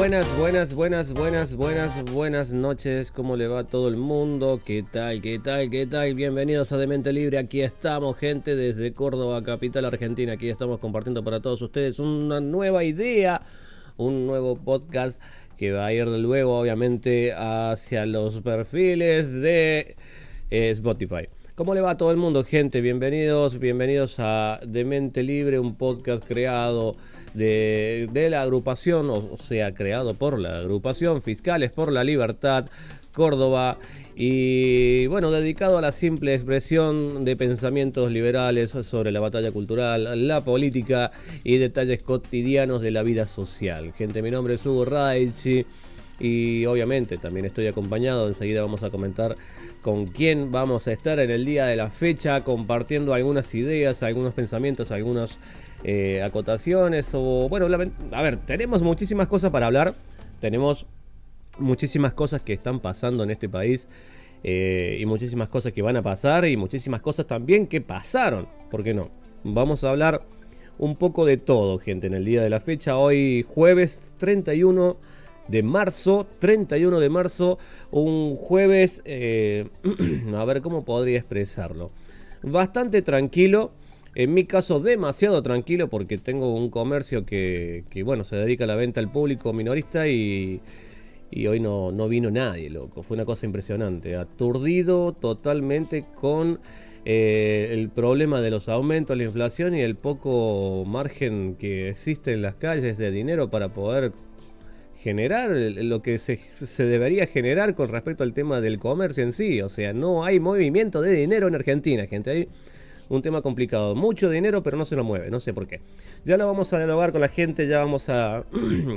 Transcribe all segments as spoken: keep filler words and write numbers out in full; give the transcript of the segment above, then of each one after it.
buenas, buenas, buenas, buenas, buenas, buenas noches. ¿Cómo le va a todo el mundo? ¿Qué tal, qué tal, qué tal? Bienvenidos a Demente Libre. Aquí estamos, gente, desde Córdoba, capital argentina. Aquí estamos compartiendo para todos ustedes una nueva idea, un nuevo podcast que va a ir luego, obviamente, hacia los perfiles de eh, Spotify. ¿Cómo le va a todo el mundo, gente? Bienvenidos, bienvenidos a Demente Libre, un podcast creado de, de la agrupación, o sea, creado por la agrupación Fiscales por la Libertad, Córdoba, y bueno, dedicado a la simple expresión de pensamientos liberales sobre la batalla cultural, la política y detalles cotidianos de la vida social. Gente, mi nombre es Hugo Raichi y obviamente también estoy acompañado, enseguida vamos a comentar con quién vamos a estar en el día de la fecha, compartiendo algunas ideas, algunos pensamientos, algunas eh, acotaciones, o bueno, la, a ver, tenemos muchísimas cosas para hablar, tenemos muchísimas cosas que están pasando en este país, eh, y muchísimas cosas que van a pasar, y muchísimas cosas también que pasaron, ¿por qué no? Vamos a hablar un poco de todo, gente, en el día de la fecha, hoy jueves treinta y uno de marzo, treinta y uno de marzo, un jueves, eh, a ver cómo podría expresarlo, bastante tranquilo, en mi caso demasiado tranquilo porque tengo un comercio que, que bueno, se dedica a la venta al público minorista y, y hoy no, no vino nadie, loco, fue una cosa impresionante, aturdido totalmente con eh, el problema de los aumentos, la inflación y el poco margen que existe en las calles de dinero para poder generar lo que se, se debería generar con respecto al tema del comercio en sí. O sea, no hay movimiento de dinero en Argentina, gente. Hay un tema complicado. Mucho dinero, pero no se lo mueve. No sé por qué. Ya lo vamos a dialogar con la gente. Ya vamos a...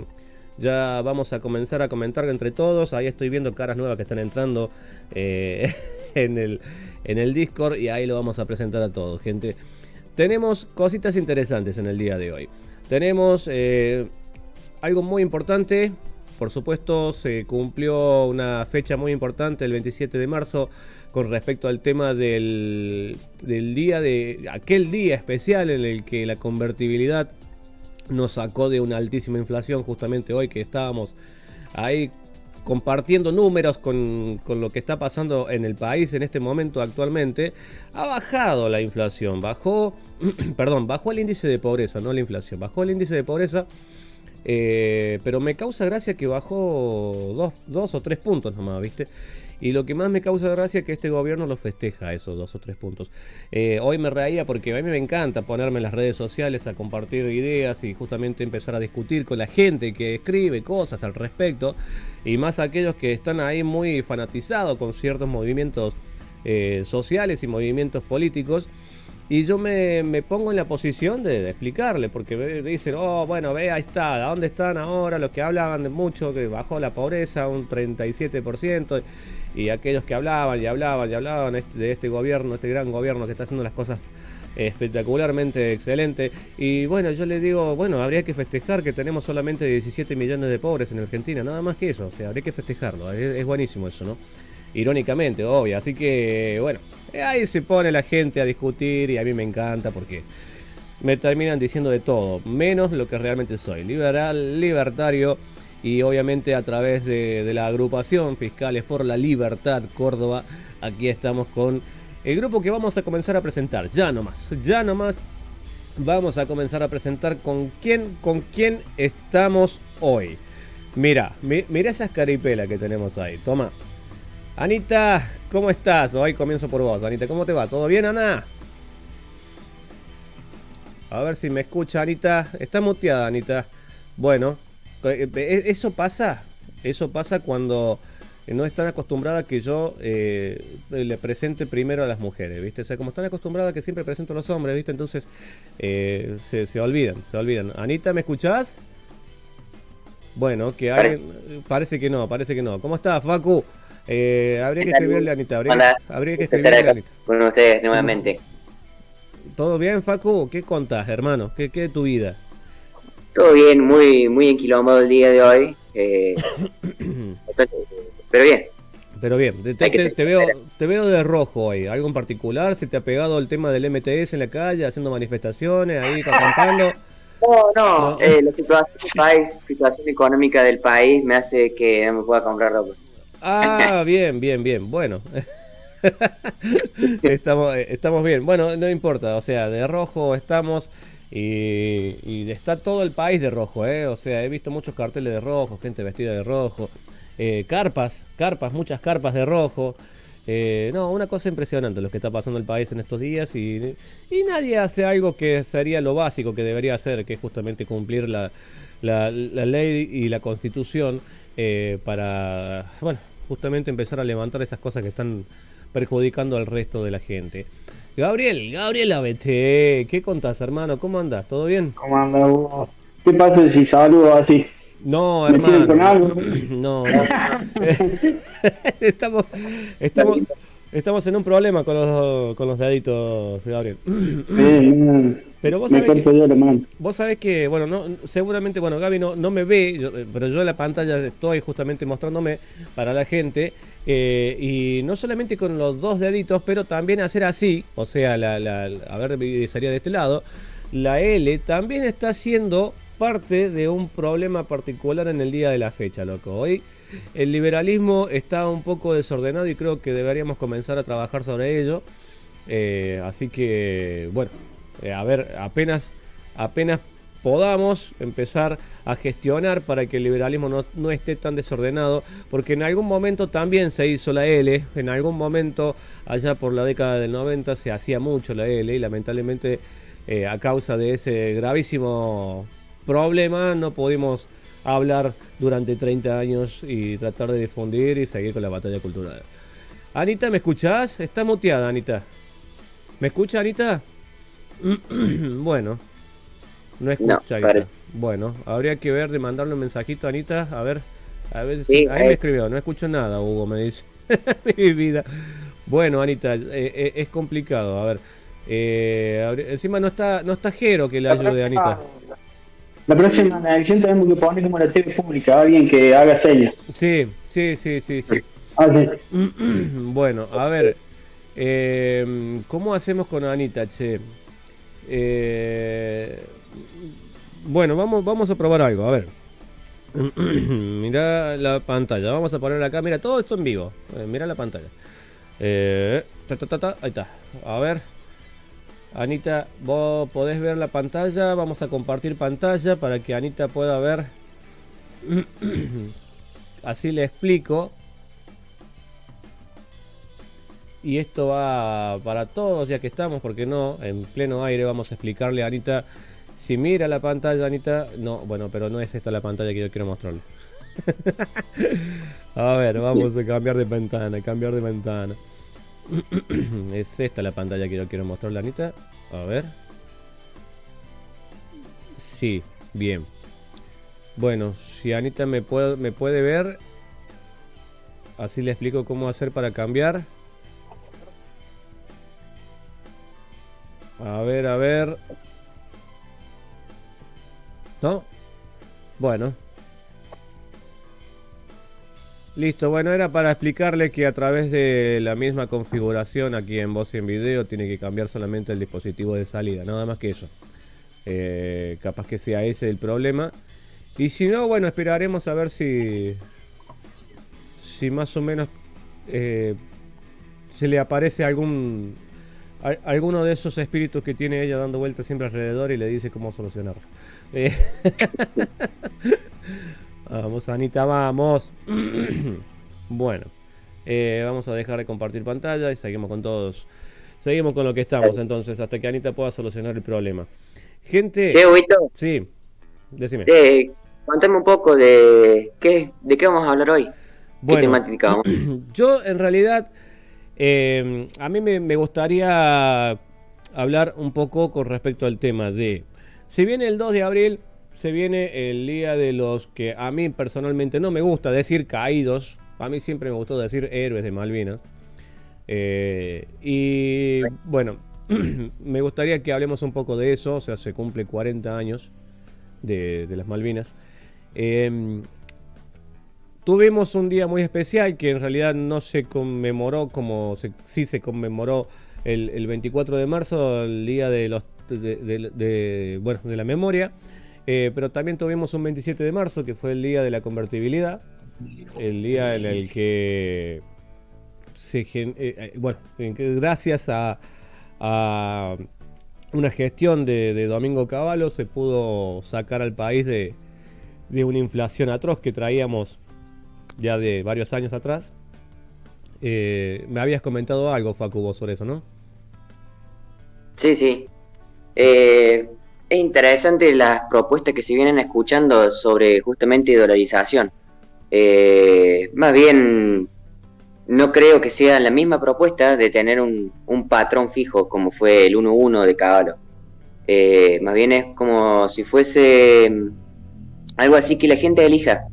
ya vamos a comenzar a comentar entre todos. Ahí estoy viendo caras nuevas que están entrando eh, en, el, en el Discord. Y ahí lo vamos a presentar a todos, gente. Tenemos cositas interesantes en el día de hoy. Tenemos... Eh, algo muy importante, por supuesto, se cumplió una fecha muy importante, el veintisiete de marzo, con respecto al tema del, del día de aquel día especial en el que la convertibilidad nos sacó de una altísima inflación, justamente hoy que estábamos ahí compartiendo números con, con lo que está pasando en el país en este momento actualmente. Ha bajado la inflación, bajó, perdón, bajó el índice de pobreza, no la inflación, bajó el índice de pobreza. Eh, pero me causa gracia que bajó dos, dos o tres puntos nomás, ¿viste? Y lo que más me causa gracia es que este gobierno lo festeja, esos dos o tres puntos. Eh, hoy me reía porque a mí me encanta ponerme en las redes sociales a compartir ideas y justamente empezar a discutir con la gente que escribe cosas al respecto. Y más aquellos que están ahí muy fanatizados con ciertos movimientos eh, sociales y movimientos políticos. Y yo me, me pongo en la posición de, de explicarle, porque dicen, oh, bueno, ve, ahí está, ¿a dónde están ahora los que hablaban de mucho, que bajó la pobreza un treinta y siete por ciento? Y aquellos que hablaban y hablaban y hablaban de este gobierno, este gran gobierno que está haciendo las cosas espectacularmente excelentes. Y bueno, yo les digo, bueno, habría que festejar que tenemos solamente diecisiete millones de pobres en Argentina, nada más que eso, o sea, habría que festejarlo, es, es buenísimo eso, ¿no? Irónicamente, obvio, así que, bueno, ahí se pone la gente a discutir y a mí me encanta porque me terminan diciendo de todo, menos lo que realmente soy, liberal, libertario, y obviamente a través de, de la agrupación Fiscales por la Libertad Córdoba, aquí estamos con el grupo que vamos a comenzar a presentar, ya nomás, ya nomás vamos a comenzar a presentar con quién, con quién estamos hoy. Mira, mi, mira esas caripelas que tenemos ahí, toma. Anita, ¿cómo estás? Hoy comienzo por vos, Anita, ¿cómo te va? ¿Todo bien, Ana? A ver si me escucha, Anita. Está muteada, Anita. Bueno, eso pasa, eso pasa cuando no están acostumbradas a que yo eh, le presente primero a las mujeres, ¿viste? O sea, como están acostumbradas a que siempre presento a los hombres, ¿viste? Entonces eh, se, se olvidan, se olvidan. Anita, ¿me escuchás? Bueno, que alguien... Parece que no, parece que no. ¿Cómo estás, Facu? Eh, habría que escribirle a Anita, habría, Hola, habría que escribirle a Anita. Con ustedes nuevamente. ¿Todo bien, Facu? ¿Qué contás, hermano? ¿Qué, qué de tu vida? Todo bien, muy muy enquilombado el día de hoy. Eh, pero bien. Pero bien, te, te, te, veo, te veo de rojo hoy. ¿Algo en particular? ¿Se te ha pegado el tema del M T S en la calle, haciendo manifestaciones, ahí acampando? No, no, ¿No? eh, la situación del país, situación económica del país me hace que no me pueda comprar ropa. Ah, bien, bien, bien. Bueno, estamos, eh, estamos bien. Bueno, no importa, o sea, de rojo estamos y, y está todo el país de rojo, ¿eh? O sea, he visto muchos carteles de rojo, gente vestida de rojo, eh, carpas, carpas, muchas carpas de rojo. Eh, no, una cosa impresionante lo que está pasando el país en estos días y, y nadie hace algo que sería lo básico que debería hacer, que es justamente cumplir la, la, la ley y la constitución eh, para, bueno, justamente empezar a levantar estas cosas que están perjudicando al resto de la gente. Gabriel, Gabriel A B T, ¿qué contás, hermano? ¿Cómo andás? ¿Todo bien? ¿Cómo anda, Hugo? ¿Qué pasa si saludo así? No, ¿Me tienen hermano, con algo? no, no. estamos, estamos, estamos en un problema con los, con los deditos, Gabriel. Eh, no, Pero vos me sabés corto que, yo la mano. vos sabés que, bueno, no, seguramente, bueno, Gaby no, no me ve, yo- pero yo en la pantalla estoy justamente mostrándome para la gente, eh, y no solamente con los dos deditos, pero también hacer así, o sea, la, la, la- a ver, sería de este lado, la L también está siendo parte de un problema particular en el día de la fecha, loco. Hoy el liberalismo está un poco desordenado y creo que deberíamos comenzar a trabajar sobre ello. Eh, así que, bueno, eh, a ver, apenas, apenas podamos empezar a gestionar para que el liberalismo no, no esté tan desordenado, porque en algún momento también se hizo la L, en algún momento allá por la década del noventa se hacía mucho la L y lamentablemente eh, a causa de ese gravísimo problema no pudimos hablar durante treinta años y tratar de difundir y seguir con la batalla cultural. Anita, ¿me escuchás? Está muteada, Anita. ¿Me escucha, Anita? Bueno, no escucha, No, Anita. parece. Bueno, habría que ver de mandarle un mensajito a Anita. A ver, a ver si. Sí, Ahí me eh, escribió, no escucho nada, Hugo, me dice. Mi vida. Bueno, Anita, eh, eh, es complicado. A ver, eh, habría- encima no está, no está Jero que le La ayude, Anita. próxima, la próxima elección tenemos que poner como la T V pública, alguien que haga señas. Sí, sí, sí, sí, sí. Ah, sí. Bueno, a ver, eh, ¿cómo hacemos con Anita, che? Eh, bueno, vamos, vamos a probar algo, a ver. Mirá la pantalla, vamos a poner acá, mira, todo esto en vivo. Eh, mirá la pantalla. Eh, ta, ta, ta, ta, ahí está. A ver, Anita, vos podés ver la pantalla, vamos a compartir pantalla para que Anita pueda ver. Así le explico. Y esto va para todos, ya que estamos, porque no, en pleno aire vamos a explicarle a Anita. Si mira la pantalla, Anita, no, bueno, pero no es esta la pantalla que yo quiero mostrarle. A ver, vamos a cambiar de ventana, cambiar de ventana. Es esta la pantalla que yo quiero mostrarle a Anita. A ver. Sí, bien. Bueno, si Anita me puede, me puede ver, así le explico cómo hacer para cambiar. A ver, a ver. ¿No? Bueno. Listo, bueno, era para explicarle que a través de la misma configuración aquí en voz y en video tiene que cambiar solamente el dispositivo de salida, nada más que eso. Eh, capaz que sea ese el problema. Y si no, bueno, esperaremos a ver si, si más o menos eh, se le aparece algún, a- alguno de esos espíritus que tiene ella dando vueltas siempre alrededor y le dice cómo solucionarlo. Eh, Vamos, Anita, vamos. Bueno, eh, vamos a dejar de compartir pantalla y seguimos con todos. Seguimos con lo que estamos entonces, hasta que Anita pueda solucionar el problema. Gente, che, Huito, sí, decime. eh, contame un poco de qué, de qué vamos a hablar hoy. ¿Qué Bueno, temática vamos? yo en realidad, eh, a mí me, me gustaría hablar un poco con respecto al tema de, si viene el dos de abril, se viene el día de los que a mí personalmente no me gusta decir caídos, a mí siempre me gustó decir héroes de Malvinas. Eh, y bueno, me gustaría que hablemos un poco de eso, o sea, se cumple cuarenta años de, de las Malvinas. Eh, Tuvimos un día muy especial que en realidad no se conmemoró como se, sí se conmemoró el, el veinticuatro de marzo, el día de los de, de, de, bueno, de la memoria, eh, pero también tuvimos un veintisiete de marzo, que fue el día de la convertibilidad, el día en el que, se, eh, bueno, en que gracias a, a una gestión de, de Domingo Cavallo se pudo sacar al país de, de una inflación atroz que traíamos ya de varios años atrás. Eh, me habías comentado algo, Facu, vos sobre eso, ¿no? Sí, sí. Eh, es interesante las propuestas que se vienen escuchando sobre justamente dolarización. Eh, más bien, no creo que sea la misma propuesta de tener un, un patrón fijo como fue el uno uno de Cavallo. Eh, más bien es como si fuese algo así que la gente elija.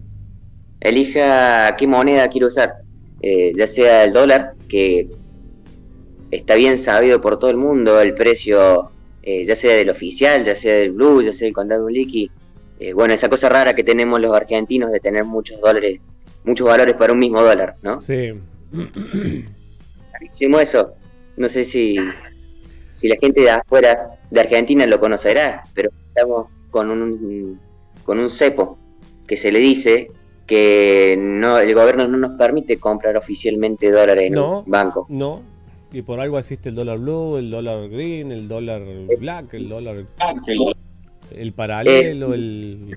Elija qué moneda quiere usar. Eh, ya sea el dólar, que está bien sabido por todo el mundo, el precio, eh, ya sea del oficial, ya sea del blue, ya sea del contado liqui. Eh, bueno, esa cosa rara que tenemos los argentinos de tener muchos dólares, muchos valores para un mismo dólar, ¿no? Sí. Hicimos eso. No sé si, si la gente de afuera de Argentina lo conocerá, pero estamos con un, con un cepo que se le dice que no, el gobierno no nos permite comprar oficialmente dólares en no, un banco. No, y por algo existe el dólar blue, el dólar green, el dólar black, el dólar... El paralelo, es, el...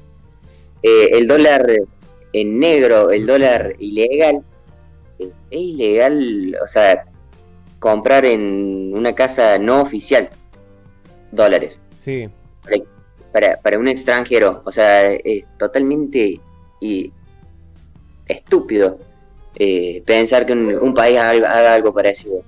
Eh, el dólar en negro, el dólar ilegal. Eh, es ilegal, o sea, comprar en una casa no oficial dólares. Sí. Para, para, para un extranjero, o sea, es totalmente... y estúpido eh, pensar que un, un país haga, haga algo parecido.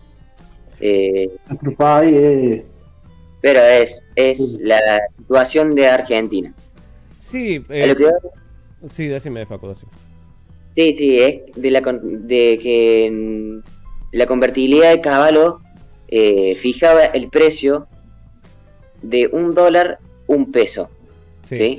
Eh, Nuestro país es... Pero es, es la situación de Argentina. Sí, eh, que... sí, decime, Facu, sí. Sí, sí, es de, la, de que la convertibilidad de Cavallo eh, fijaba el precio de un dólar, un peso. Sí. ¿Sí?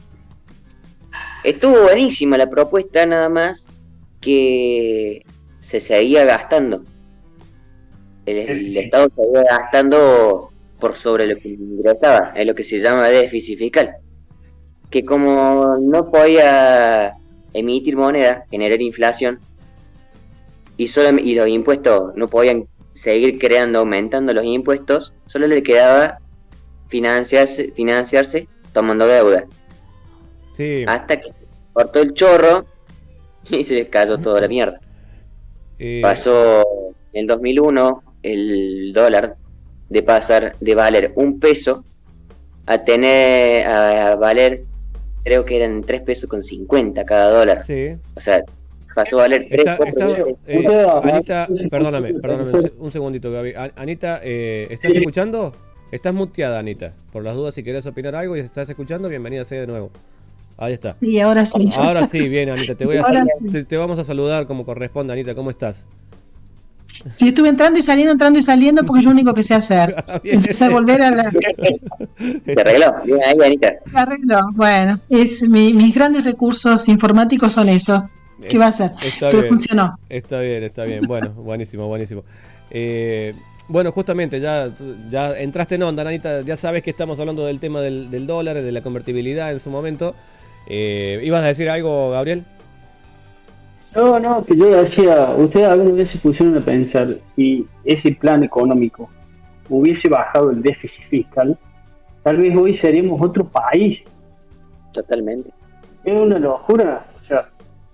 Estuvo buenísima la propuesta, nada más que se seguía gastando. El, el Estado seguía gastando por sobre lo que ingresaba, es lo que se llama déficit fiscal. Que como no podía emitir moneda, generar inflación, y, solo, y los impuestos no podían seguir creando, aumentando los impuestos, solo le quedaba financiarse, financiarse tomando deuda. Sí. Hasta que se cortó el chorro y se les cayó toda la mierda. Eh... Pasó en dos mil uno el dólar de pasar de valer un peso a tener a, a valer, creo que eran tres pesos con cincuenta cada dólar. Sí. O sea, pasó a valer tres, cuatro está, eh, Anita, perdóname, perdóname, un segundito, Gaby. Anita, eh, ¿estás escuchando? Estás muteada, Anita. Por las dudas, si querés opinar algo y estás escuchando, bienvenida sea de nuevo. Ahí está. Y ahora sí. Ahora sí, bien, Anita. Te, voy a sal- sí. te, te vamos a saludar como corresponde, Anita. ¿Cómo estás? Sí, estuve entrando y saliendo, entrando y saliendo porque es lo único que sé hacer. Empecé a volver a la... Se arregló. Bien ahí, Anita. Se arregló. Bueno, es mi, mis grandes recursos informáticos son eso. ¿Qué va a hacer? Está Pero bien, funcionó. Está bien, está bien. Bueno, buenísimo, buenísimo. Eh, bueno, justamente, ya, ya entraste en onda, Anita. Ya sabes que estamos hablando del tema del, del dólar, de la convertibilidad en su momento. Eh, ¿Ibas a decir algo, Gabriel? No, no, que yo decía, ustedes alguna vez se pusieron a pensar si ese plan económico hubiese bajado el déficit fiscal, tal vez hoy seríamos otro país. Totalmente. Es una locura, o sea.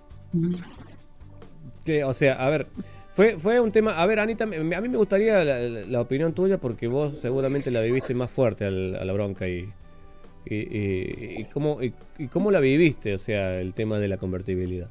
Que, o sea, a ver, fue fue un tema. A ver, Anita, a mí me gustaría la, la opinión tuya porque vos seguramente la viviste más fuerte al, a la bronca y y, y, y cómo y, y cómo la viviste, o sea, el tema de la convertibilidad.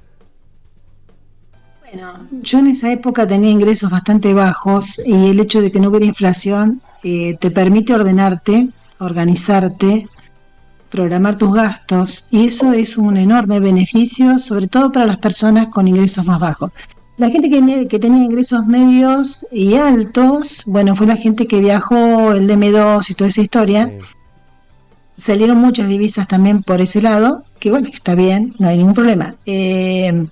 Bueno, yo en esa época tenía ingresos bastante bajos y el hecho de que no hubiera inflación eh, te permite ordenarte, organizarte, programar tus gastos y eso es un enorme beneficio, sobre todo para las personas con ingresos más bajos. La gente que, que tenía ingresos medios y altos, bueno, fue la gente que viajó, el D M dos y toda esa historia. Sí. Salieron muchas divisas también por ese lado, que bueno, está bien, no hay ningún problema. Eh,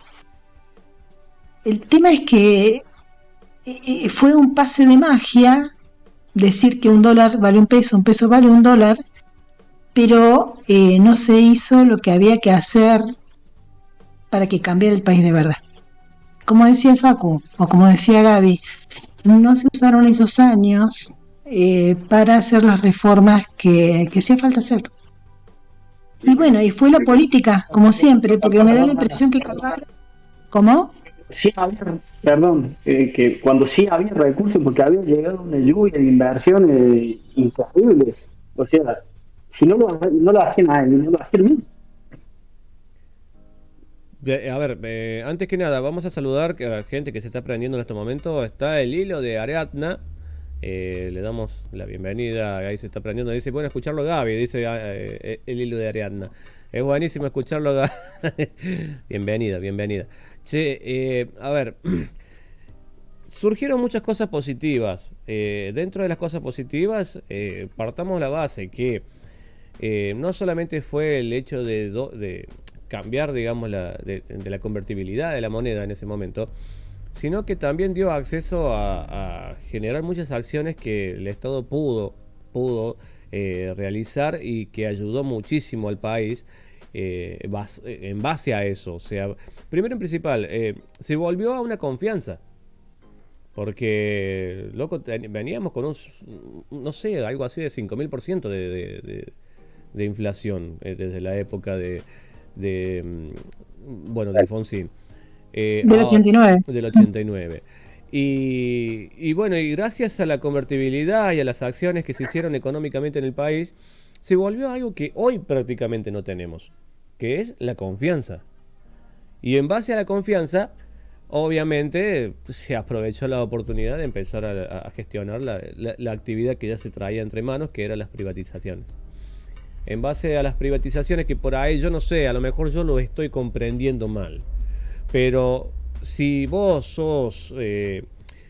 El tema es que fue un pase de magia decir que un dólar vale un peso, un peso vale un dólar, pero eh, no se hizo lo que había que hacer para que cambiara el país de verdad. Como decía Facu, o como decía Gaby, no se usaron esos años eh, para hacer las reformas que, que hacía falta hacer. Y bueno, y fue la política, como siempre, porque me da la impresión que capaz... ¿Cómo? Sí había, perdón, eh, que cuando sí había recursos, porque había llegado una lluvia de inversiones increíbles. O sea, si no lo, no lo hacían a él, no lo hacían bien. De, a ver, eh, antes que nada, vamos a saludar a la gente que se está aprendiendo en este momento. Está el hilo de Ariadna. Eh, le damos la bienvenida. Ahí se está aprendiendo. Dice, bueno, escucharlo Gaby. Dice eh, el hilo de Ariadna. Es buenísimo escucharlo Gaby. Bienvenida, bienvenida. Che, eh, a ver. Surgieron muchas cosas positivas. Eh, dentro de las cosas positivas, eh, partamos la base que eh, no solamente fue el hecho de... Do, de cambiar, digamos, la, de, de la convertibilidad de la moneda en ese momento, sino que también dio acceso a, a generar muchas acciones que el Estado pudo, pudo eh, realizar y que ayudó muchísimo al país eh, bas, en base a eso. O sea, primero en principal, eh, se volvió a una confianza. Porque, loco, veníamos con un, no sé, algo así de cinco mil por ciento de, de, de, de inflación eh, desde la época de de bueno de Alfonsín eh, del ochenta y nueve del ochenta y nueve y, y bueno, y gracias a la convertibilidad y a las acciones que se hicieron económicamente en el país, se volvió algo que hoy prácticamente no tenemos, que es la confianza. Y en base a la confianza, obviamente se aprovechó la oportunidad de empezar a, a gestionar la, la, la actividad que ya se traía entre manos, que eran las privatizaciones. En base a las privatizaciones, que por ahí yo no sé, a lo mejor yo lo estoy comprendiendo mal, pero si vos sos eh,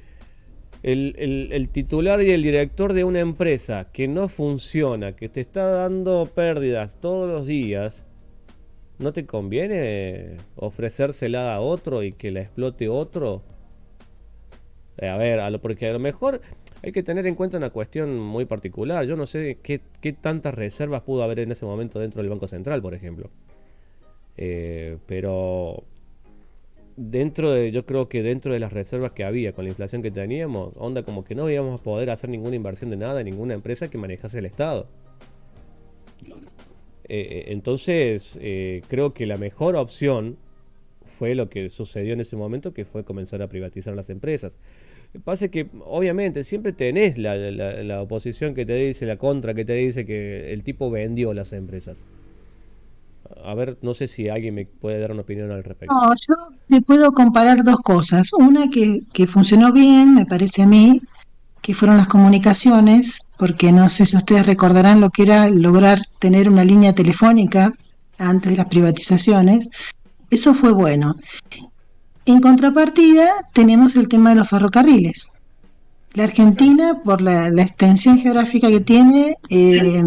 el, el, el titular y el director de una empresa que no funciona, que te está dando pérdidas todos los días, ¿no te conviene ofrecérsela a otro y que la explote otro? Eh, a ver, a lo, porque a lo mejor... Hay que tener en cuenta una cuestión muy particular. Yo no sé qué, qué tantas reservas pudo haber en ese momento dentro del Banco Central, por ejemplo. Eh, pero dentro de, yo creo que dentro de las reservas que había con la inflación que teníamos, onda como que no íbamos a poder hacer ninguna inversión de nada en ninguna empresa que manejase el Estado. Eh, entonces, eh, creo que la mejor opción fue lo que sucedió en ese momento, que fue comenzar a privatizar las empresas. Pasa que, obviamente, siempre tenés la, la, la oposición que te dice, la contra que te dice que el tipo vendió las empresas. A ver, no sé si alguien me puede dar una opinión al respecto. No, yo te puedo comparar dos cosas. Una que, que funcionó bien, me parece a mí, que fueron las comunicaciones, porque no sé si ustedes recordarán lo que era lograr tener una línea telefónica antes de las privatizaciones. Eso fue bueno. En contrapartida, tenemos el tema de los ferrocarriles. La Argentina, por la, la extensión geográfica que tiene, eh,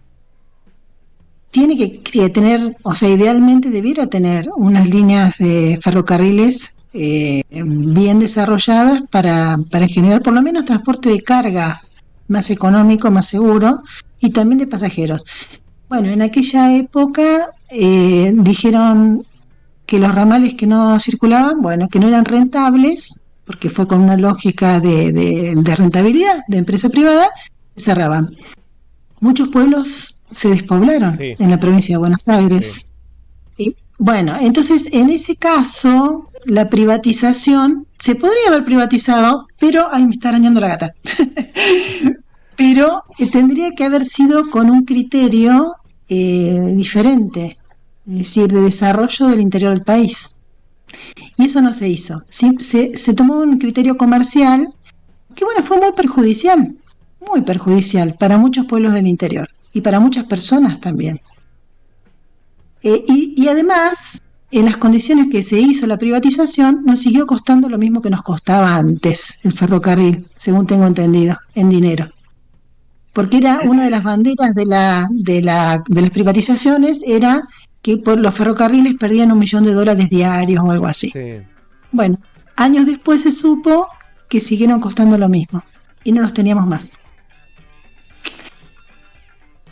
tiene que, que tener, o sea, idealmente debiera tener unas líneas de ferrocarriles eh, bien desarrolladas para, para generar por lo menos transporte de carga más económico, más seguro, y también de pasajeros. Bueno, en aquella época eh, dijeron que los ramales que no circulaban, bueno, que no eran rentables, porque fue con una lógica de, de, de rentabilidad, de empresa privada, cerraban. Muchos pueblos se despoblaron sí. en la provincia de Buenos Aires. Sí. Y, bueno, entonces, en ese caso, la privatización, se podría haber privatizado, pero, ay, me está arañando la gata, pero eh, tendría que haber sido con un criterio eh, diferente, es decir, de desarrollo del interior del país. Y eso no se hizo. Sí, se, se tomó un criterio comercial que, bueno, fue muy perjudicial, muy perjudicial para muchos pueblos del interior y para muchas personas también. Eh, y, y además, en las condiciones que se hizo la privatización, nos siguió costando lo mismo que nos costaba antes el ferrocarril, según tengo entendido, en dinero. Porque era una de las banderas de la de la de las privatizaciones, era que por los ferrocarriles perdían un millón de dólares diarios o algo así. Sí. Bueno, años después se supo que siguieron costando lo mismo y no los teníamos más.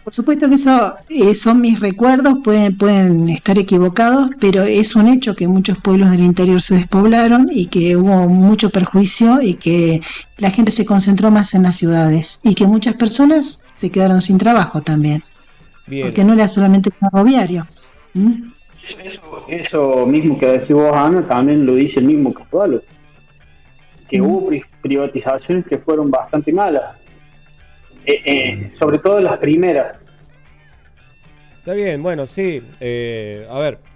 Por supuesto que eso eh, son mis recuerdos, pueden, pueden estar equivocados, pero es un hecho que muchos pueblos del interior se despoblaron y que hubo mucho perjuicio y que la gente se concentró más en las ciudades y que muchas personas se quedaron sin trabajo también. Bien. Porque no era solamente ferroviario. ¿Mm? Eso, eso mismo que decís vos, Ana, también lo dice el mismo Castualo, que ¿Mm? hubo privatizaciones que fueron bastante malas. Eh, eh, sobre todo las primeras. Está bien, bueno, sí. Eh, a ver,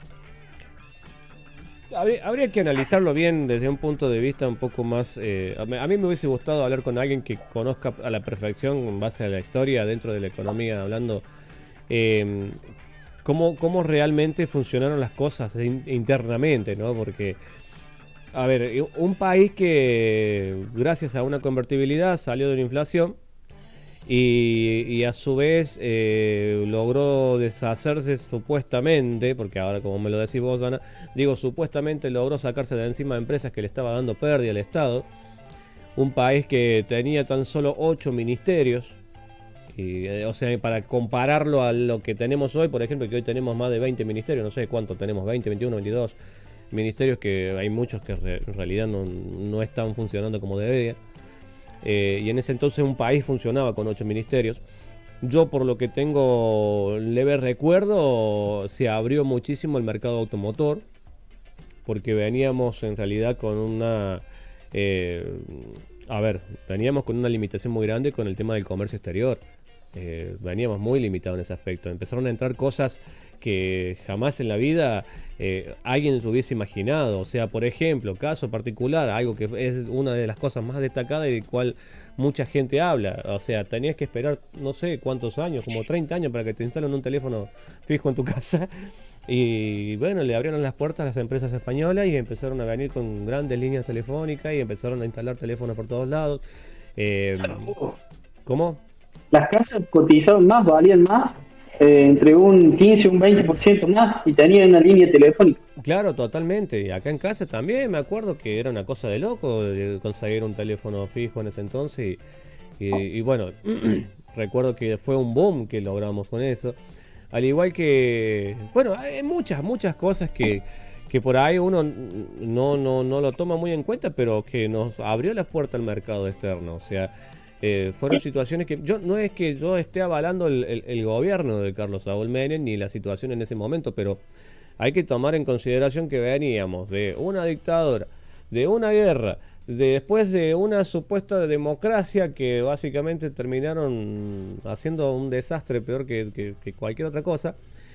habría, habría que analizarlo bien desde un punto de vista un poco más... Eh, a, mí, a mí me hubiese gustado hablar con alguien que conozca a la perfección, en base a la historia, dentro de la economía, hablando eh, cómo, cómo realmente funcionaron las cosas in, internamente, ¿no? Porque... A ver, un país que gracias a una convertibilidad salió de la inflación y, y a su vez eh, logró deshacerse supuestamente, porque ahora como me lo decís vos, Ana, digo supuestamente logró sacarse de encima de empresas que le estaba dando pérdida al Estado. Un país que tenía tan solo ocho ministerios, y, eh, o sea, para compararlo a lo que tenemos hoy, por ejemplo, que hoy tenemos más de veinte ministerios, no sé cuánto tenemos, veinte, veintiuno, veintidós ministerios, que hay muchos que re, en realidad no, no están funcionando como debería. Eh, y en ese entonces un país funcionaba con ocho ministerios. Yo, por lo que tengo leve recuerdo, se abrió muchísimo el mercado automotor, porque veníamos en realidad con una eh, a ver, veníamos con una limitación muy grande con el tema del comercio exterior. Eh, veníamos muy limitados en ese aspecto. Empezaron a entrar cosas que jamás en la vida eh, alguien se hubiese imaginado. O sea, por ejemplo, caso particular, algo que es una de las cosas más destacadas y de cual mucha gente habla. O sea, tenías que esperar no sé cuántos años, como treinta años para que te instalen un teléfono fijo en tu casa. Y bueno, le abrieron las puertas a las empresas españolas y empezaron a venir con grandes líneas telefónicas y empezaron a instalar teléfonos por todos lados. Eh, ¿Cómo? Las casas cotizaban más, valían más, eh, entre un quince y un veinte por ciento más, y tenían una línea telefónica. Claro, totalmente. Y acá en casa también me acuerdo que era una cosa de loco de conseguir un teléfono fijo en ese entonces. Y, y, y bueno, recuerdo que fue un boom que logramos con eso. Al igual que, bueno, hay muchas, muchas cosas que, que por ahí uno no, no, no lo toma muy en cuenta, pero que nos abrió la puerta al mercado externo. O sea, eh, fueron situaciones que, yo no es que yo esté avalando el, el, el gobierno de Carlos Saúl Menem ni la situación en ese momento, pero hay que tomar en consideración que veníamos de una dictadura, de una guerra, de, después de una supuesta democracia que básicamente terminaron haciendo un desastre peor que, que, que cualquier otra cosa,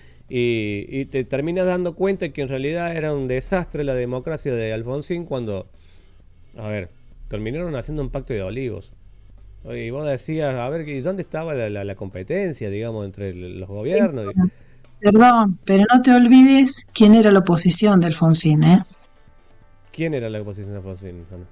y, y te terminas dando cuenta que en realidad era un desastre la democracia de Alfonsín cuando, a ver, terminaron haciendo un pacto de olivos. Y vos decías, a ver, ¿y dónde estaba la, la, la competencia, digamos, entre los gobiernos? Perdón, pero no te olvides quién era la oposición de Alfonsín, ¿eh? ¿Quién era la oposición de Alfonsín, Ana?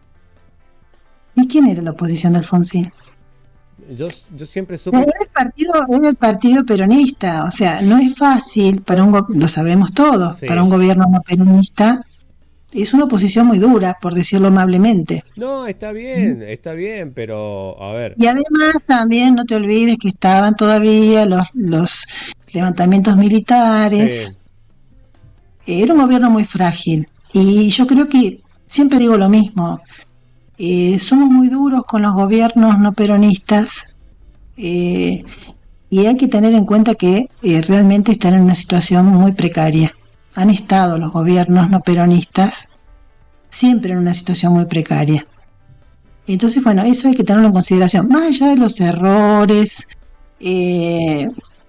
¿Y quién era la oposición de Alfonsín? Yo, yo siempre supe... O sea, era el partido, era el partido peronista, o sea, no es fácil para un go- lo sabemos todos, sí. Para un gobierno no peronista es una oposición muy dura, por decirlo amablemente. No, está bien, ¿Mm? está bien, pero a ver... Y además también no te olvides que estaban todavía los, los levantamientos militares. Sí. Era un gobierno muy frágil. Y yo creo que, siempre digo lo mismo, eh, somos muy duros con los gobiernos no peronistas eh, y hay que tener en cuenta que eh, realmente están en una situación muy precaria. Han estado los gobiernos no peronistas siempre en una situación muy precaria. Entonces, bueno, eso hay que tenerlo en consideración. Más allá de los errores, eh,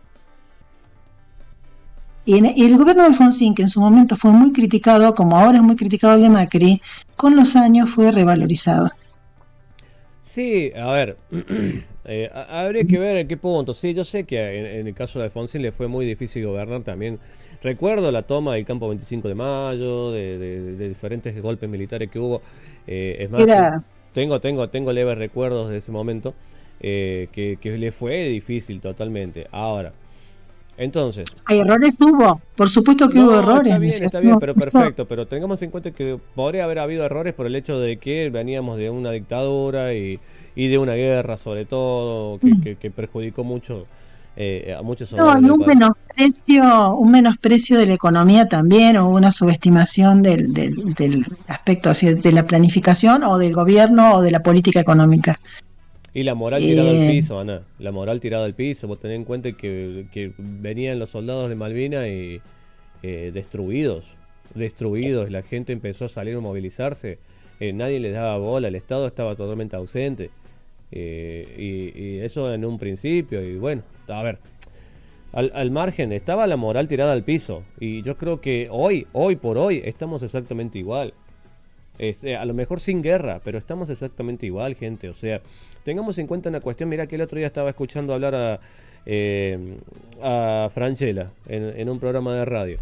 y en el gobierno de Alfonsín, que en su momento fue muy criticado, como ahora es muy criticado el de Macri, con los años fue revalorizado. Sí, a ver, eh, habría que ver en qué punto. Sí, yo sé que en, en el caso de Alfonsín le fue muy difícil gobernar también. Recuerdo la toma del campo veinticinco de mayo, de, de, de diferentes golpes militares que hubo. Eh, es más, Era... tengo, tengo, tengo leves recuerdos de ese momento, eh, que, que le fue difícil totalmente. Ahora, entonces... Hay errores, hubo, por supuesto que no, hubo errores. Está bien, está bien, pero perfecto, pero tengamos en cuenta que podría haber habido errores por el hecho de que veníamos de una dictadura y, y de una guerra sobre todo, que, mm. que, que perjudicó mucho eh, a muchos No, hogares y del un país. menosprecio, un menosprecio de la economía también, o una subestimación del, del, del aspecto así, de la planificación o del gobierno o de la política económica. Y la moral tirada al Eh, piso, Ana. La moral tirada al piso. Vos tenés en cuenta que, que venían los soldados de Malvinas y eh, destruidos. Destruidos. La gente empezó a salir a movilizarse. Eh, nadie les daba bola. El Estado estaba totalmente ausente. Eh, y, y eso en un principio. Y bueno, a ver. Al, al margen, estaba la moral tirada al piso. Y yo creo que hoy, hoy por hoy, estamos exactamente igual. Este, a lo mejor sin guerra, pero estamos exactamente igual, gente. O sea, tengamos en cuenta una cuestión. Mira que el otro día estaba escuchando hablar a, eh, a Francella en, en un programa de radio.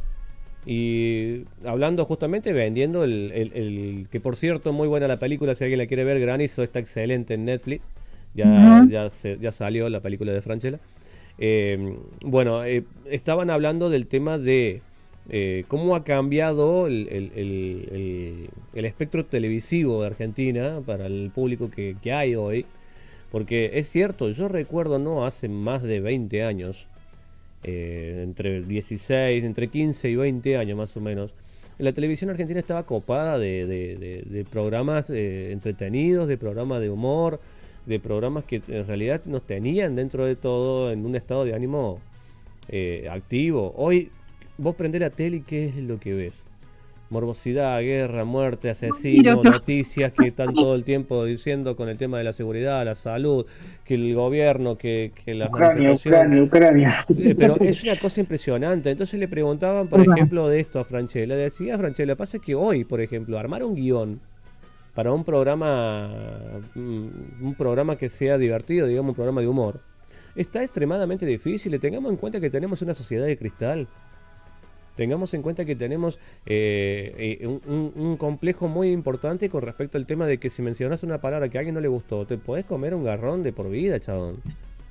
Y hablando justamente, vendiendo el, el, el- que por cierto, muy buena la película, si alguien la quiere ver, Granizo está excelente en Netflix. Ya, ujú. ya, se- ya salió la película de Francella. Eh, bueno, eh, estaban hablando del tema de eh, cómo ha cambiado el, el- el- el- el espectro televisivo de Argentina para el público que, que hay hoy. Porque es cierto, yo recuerdo, no hace más de veinte años, eh, entre dieciséis, entre quince y veinte años más o menos, la televisión argentina estaba copada de, de- de- de programas eh, entretenidos, de programas de humor, de programas que en realidad nos tenían dentro de todo en un estado de ánimo eh, activo. Hoy vos prendés la tele y ¿qué es lo que ves? Morbosidad, guerra, muerte, Miro asesino, yo. noticias que están todo el tiempo diciendo con el tema de la seguridad, la salud, que el gobierno, que, que las Ucrania, manifestaciones. Ucrania, Ucrania. Eh, Pero es una cosa impresionante. Entonces le preguntaban, por ejemplo, de esto a Franchella. Le decía a Franchella, pasa que hoy, por ejemplo, armar un guión para un programa, mm, un programa que sea divertido, digamos, un programa de humor, está extremadamente difícil. Y tengamos en cuenta que tenemos una sociedad de cristal. Tengamos en cuenta que tenemos eh, eh, un, un- un complejo muy importante con respecto al tema de que si mencionas una palabra que a alguien no le gustó, te podés comer un garrón de por vida, chabón.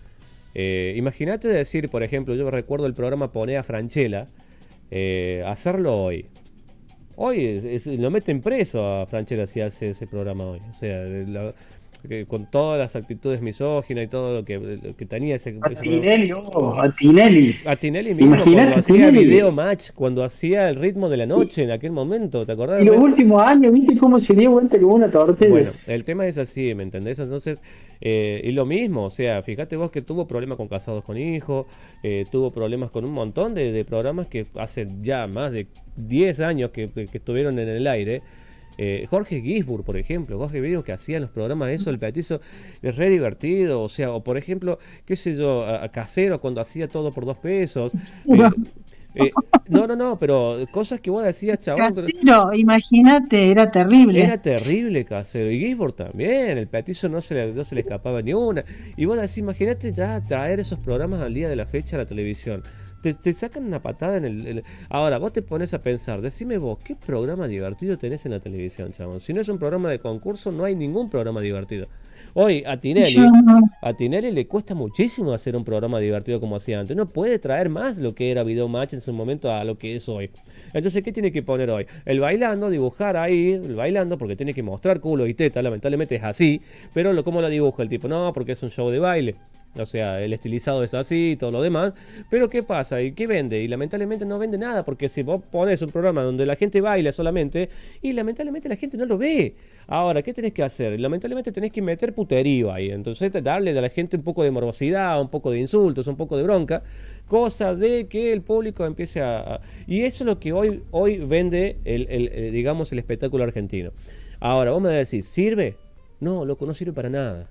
Eh, imagínate decir, por ejemplo, yo recuerdo el programa Poné a Franchella, eh, hacerlo hoy. Hoy es- es- lo meten preso a Franchella si hace ese programa hoy. O sea, la- que con todas las actitudes misóginas y todo lo que, lo que tenía ese, A ese programa. Tinelli, oh, a Tinelli. A Tinelli mismo, cuando Imagínate a hacía video Tinelli. match, cuando hacía el ritmo de la Y, noche en aquel momento, ¿te acordás? y los últimos años, ¿viste cómo se dio vuelta como una tortilla? Bueno, el tema es así, ¿me entendés? Entonces, eh, y lo mismo, o sea, fíjate vos que tuvo problemas con Casados con Hijos, eh, tuvo problemas con un montón de, de programas que hace ya más de diez años que, que estuvieron en el aire. Eh, Jorge Gisburg, por ejemplo, Jorge Gisburg que hacía en los programas eso, el petizo, es re divertido, o sea, o por ejemplo, qué sé yo, a, a Casero cuando hacía todo por dos pesos. eh, eh, no, no, no, pero cosas que vos decías, chabón, pero Casero, imagínate, era terrible. era terrible Casero. Y Gisborne también. El petizo no se le, no se le escapaba ni una. Y vos decís, imagínate ya traer esos programas al día de la fecha a la televisión. Te, te sacan una patada en el, el- Ahora, vos te pones a pensar, decime vos, ¿qué programa divertido tenés en la televisión, chabón? Si no es un programa de concurso, no hay ningún programa divertido. Hoy, a Yo Tinelli, no. a Tinelli le cuesta muchísimo hacer un programa divertido como hacía antes. No puede traer más lo que era Video Match en su momento a lo que es hoy. Entonces, ¿qué tiene que poner hoy? El bailando, dibujar ahí, el bailando, porque tiene que mostrar culo y teta, lamentablemente es así. Pero lo, ¿cómo lo dibuja el tipo? No, porque es un show de baile. O sea, el estilizado es así y todo lo demás. Pero ¿qué pasa? ¿Y qué vende? Y lamentablemente no vende nada, porque si vos pones un programa donde la gente baila solamente, y lamentablemente la gente no lo ve. Ahora, ¿qué tenés que hacer? Lamentablemente tenés que meter puterío ahí. Entonces, darle a la gente un poco de morbosidad, un poco de insultos, un poco de bronca. Cosa de que el público empiece a... a- y eso es lo que hoy, hoy vende, el, el, eh, digamos, el espectáculo argentino. Ahora, vos me decís, ¿sirve? No, loco, no sirve para nada.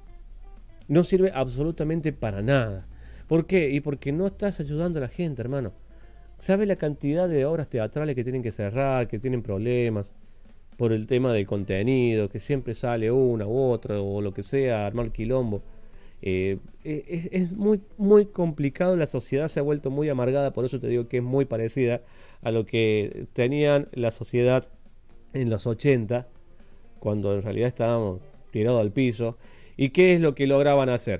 No sirve absolutamente para nada. ¿Por qué? Y porque no estás ayudando a la gente, hermano. ¿Sabes la cantidad de obras teatrales que tienen que cerrar, que tienen problemas por el tema del contenido, que siempre sale una u otra o lo que sea, armar quilombo? Eh, es, es muy, muy complicado, la sociedad se ha vuelto muy amargada, por eso te digo que es muy parecida a lo que tenían la sociedad en los ochenta, cuando en realidad estábamos tirados al piso. ¿Y qué es lo que lograban hacer?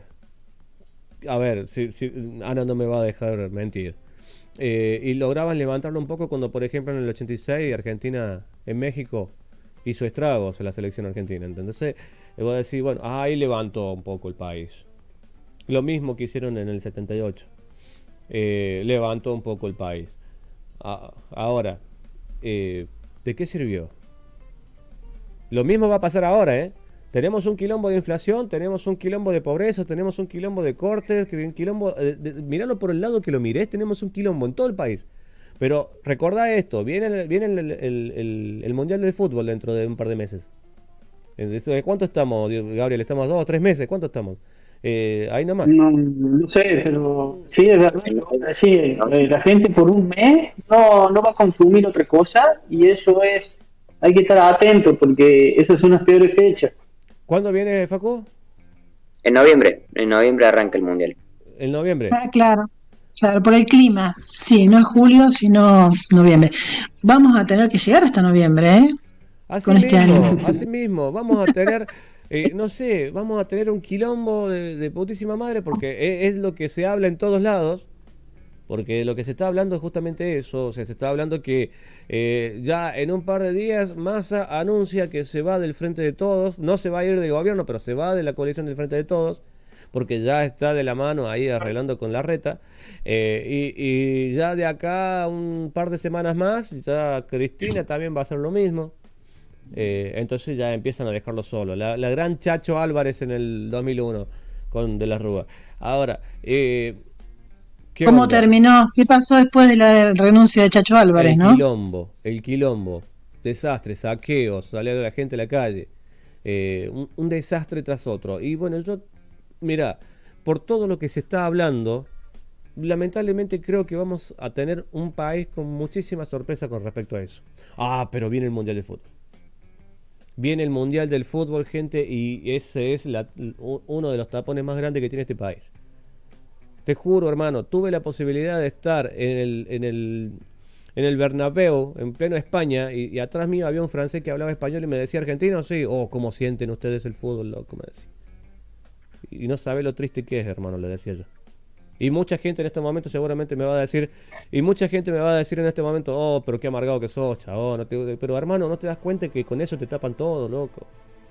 A ver, si, si, Ana no me va a dejar mentir. Eh, y lograban levantarlo un poco cuando, por ejemplo, en el ochenta y seis Argentina en México hizo estragos en la selección argentina. Entonces, le voy a decir, bueno, ahí levantó un poco el país. Lo mismo que hicieron en el setenta y ocho. Eh, levantó un poco el país. A, ahora, eh, ¿de qué sirvió? Lo mismo va a pasar ahora, ¿eh? Tenemos un quilombo de inflación, tenemos un quilombo de pobreza, tenemos un quilombo de cortes, un quilombo, eh, de, miralo por el lado que lo mires, tenemos un quilombo en todo el país. Pero recordá esto, viene, el, viene el, el, el, el Mundial de Fútbol dentro de un par de meses. ¿Cuánto estamos, Gabriel? ¿Estamos dos o tres meses? ¿Cuánto estamos? Eh, ahí nomás. No, no sé, pero sí, es verdad. Sí, eh, la gente por un mes no, no va a consumir otra cosa y eso es, hay que estar atento porque esas son las peores fechas. ¿Cuándo viene, Facu? En noviembre, en noviembre arranca el Mundial. ¿En noviembre? Ah, claro, claro, por el clima. Sí, no es julio, sino noviembre. Vamos a tener que llegar hasta noviembre, ¿eh? Así Con mismo, este año. así mismo, vamos a tener, eh, no sé, vamos a tener un quilombo de, de putísima madre porque es, es lo que se habla en todos lados, porque lo que se está hablando es justamente eso, o sea, se está hablando que eh, ya en un par de días Massa anuncia que se va del Frente de Todos, no se va a ir del gobierno, pero se va de la coalición del Frente de Todos, porque ya está de la mano ahí arreglando con Larreta, eh, y, y ya de acá un par de semanas más, ya Cristina también va a hacer lo mismo. Eh, entonces ya empiezan a dejarlo solo. La, la gran Chacho Álvarez en el dos mil uno con De la Rúa. Ahora, eh, ¿qué ¿cómo onda? terminó? ¿Qué pasó después de la renuncia de Chacho Álvarez, el no? quilombo, el quilombo, desastres, saqueos, salir a la gente a la calle, eh, un, un desastre tras otro. Y bueno, yo, mira, por todo lo que se está hablando, lamentablemente creo que vamos a tener un país con muchísima sorpresa con respecto a eso. Ah, pero viene el Mundial de Fútbol. Viene el Mundial del Fútbol, gente, y ese es la, uno de los tapones más grandes que tiene este país. Te juro, hermano, tuve la posibilidad de estar en el, en el, en el Bernabéu, en pleno España, y, y atrás mío había un francés que hablaba español y me decía, ¿argentino? Sí. Oh, ¿cómo sienten ustedes el fútbol, loco? Me decía. Y no sabe lo triste que es, hermano, le decía yo. Y mucha gente en este momento seguramente me va a decir, y mucha gente me va a decir en este momento, oh, pero qué amargado que sos, chabón. No te, pero hermano, ¿no te das cuenta que con eso te tapan todo, loco?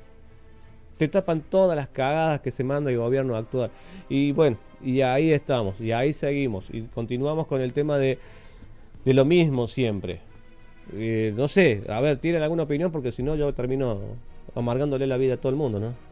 Te tapan todas las cagadas que se manda el gobierno a actuar. Y bueno, y ahí estamos, y ahí seguimos, y continuamos con el tema de, de lo mismo siempre. Eh, no sé, a ver, ¿tienen alguna opinión? Porque si no yo termino amargándole la vida a todo el mundo, ¿no?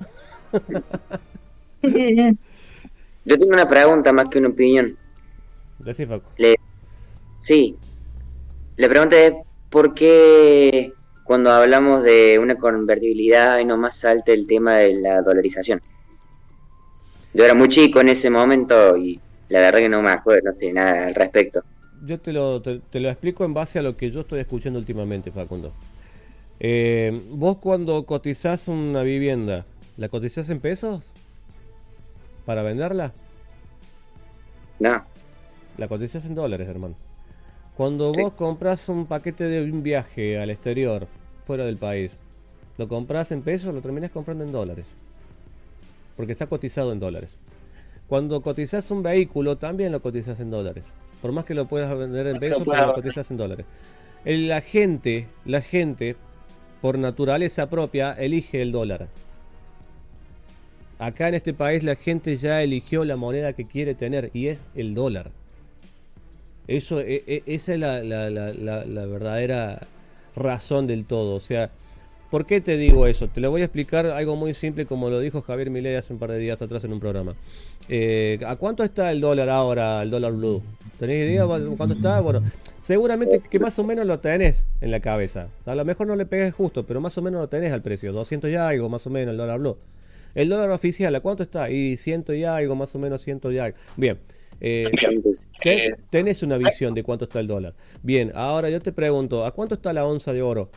Yo tengo una pregunta más que una opinión. Decí, Facu. Le... Sí. Le pregunté por qué cuando hablamos de una convertibilidad y nomás salta el tema de la dolarización. Yo era muy chico en ese momento y la verdad que no me acuerdo, no sé nada al respecto. Yo te lo, te, te lo explico en base a lo que yo estoy escuchando últimamente, Facundo. Eh, vos cuando cotizás una vivienda, ¿la cotizás en pesos? ¿Para venderla? No. La cotizás en dólares, hermano. Cuando Sí. vos compras un paquete de un viaje al exterior, fuera del país, lo compras en pesos, lo terminás comprando en dólares. Porque está cotizado en dólares. Cuando cotizás un vehículo, también lo cotizás en dólares. Por más que lo puedas vender en pesos, pero lo cotizás en dólares. El- La gente, la gente, por naturaleza propia, elige el dólar. Acá en este país la gente ya eligió la moneda que quiere tener y es el dólar. Eso, e, e, esa es la, la, la, la, la verdadera razón del todo. O sea, ¿por qué te digo eso? Te lo voy a explicar algo muy simple como lo dijo Javier Milei hace un par de días atrás en un programa. Eh, ¿A cuánto está el dólar ahora, el dólar blue? ¿Tenés idea cuánto está? Bueno, seguramente que más o menos lo tenés en la cabeza. A lo mejor no le pegues justo, pero más o menos lo tenés al precio. doscientos y algo, más o menos, el dólar blue. El dólar oficial, ¿a cuánto está? Y ciento y algo, más o menos ciento y algo. Bien. Eh, ten- tenés una visión de cuánto está el dólar. Bien, ahora yo te pregunto, ¿a cuánto está la onza de oro?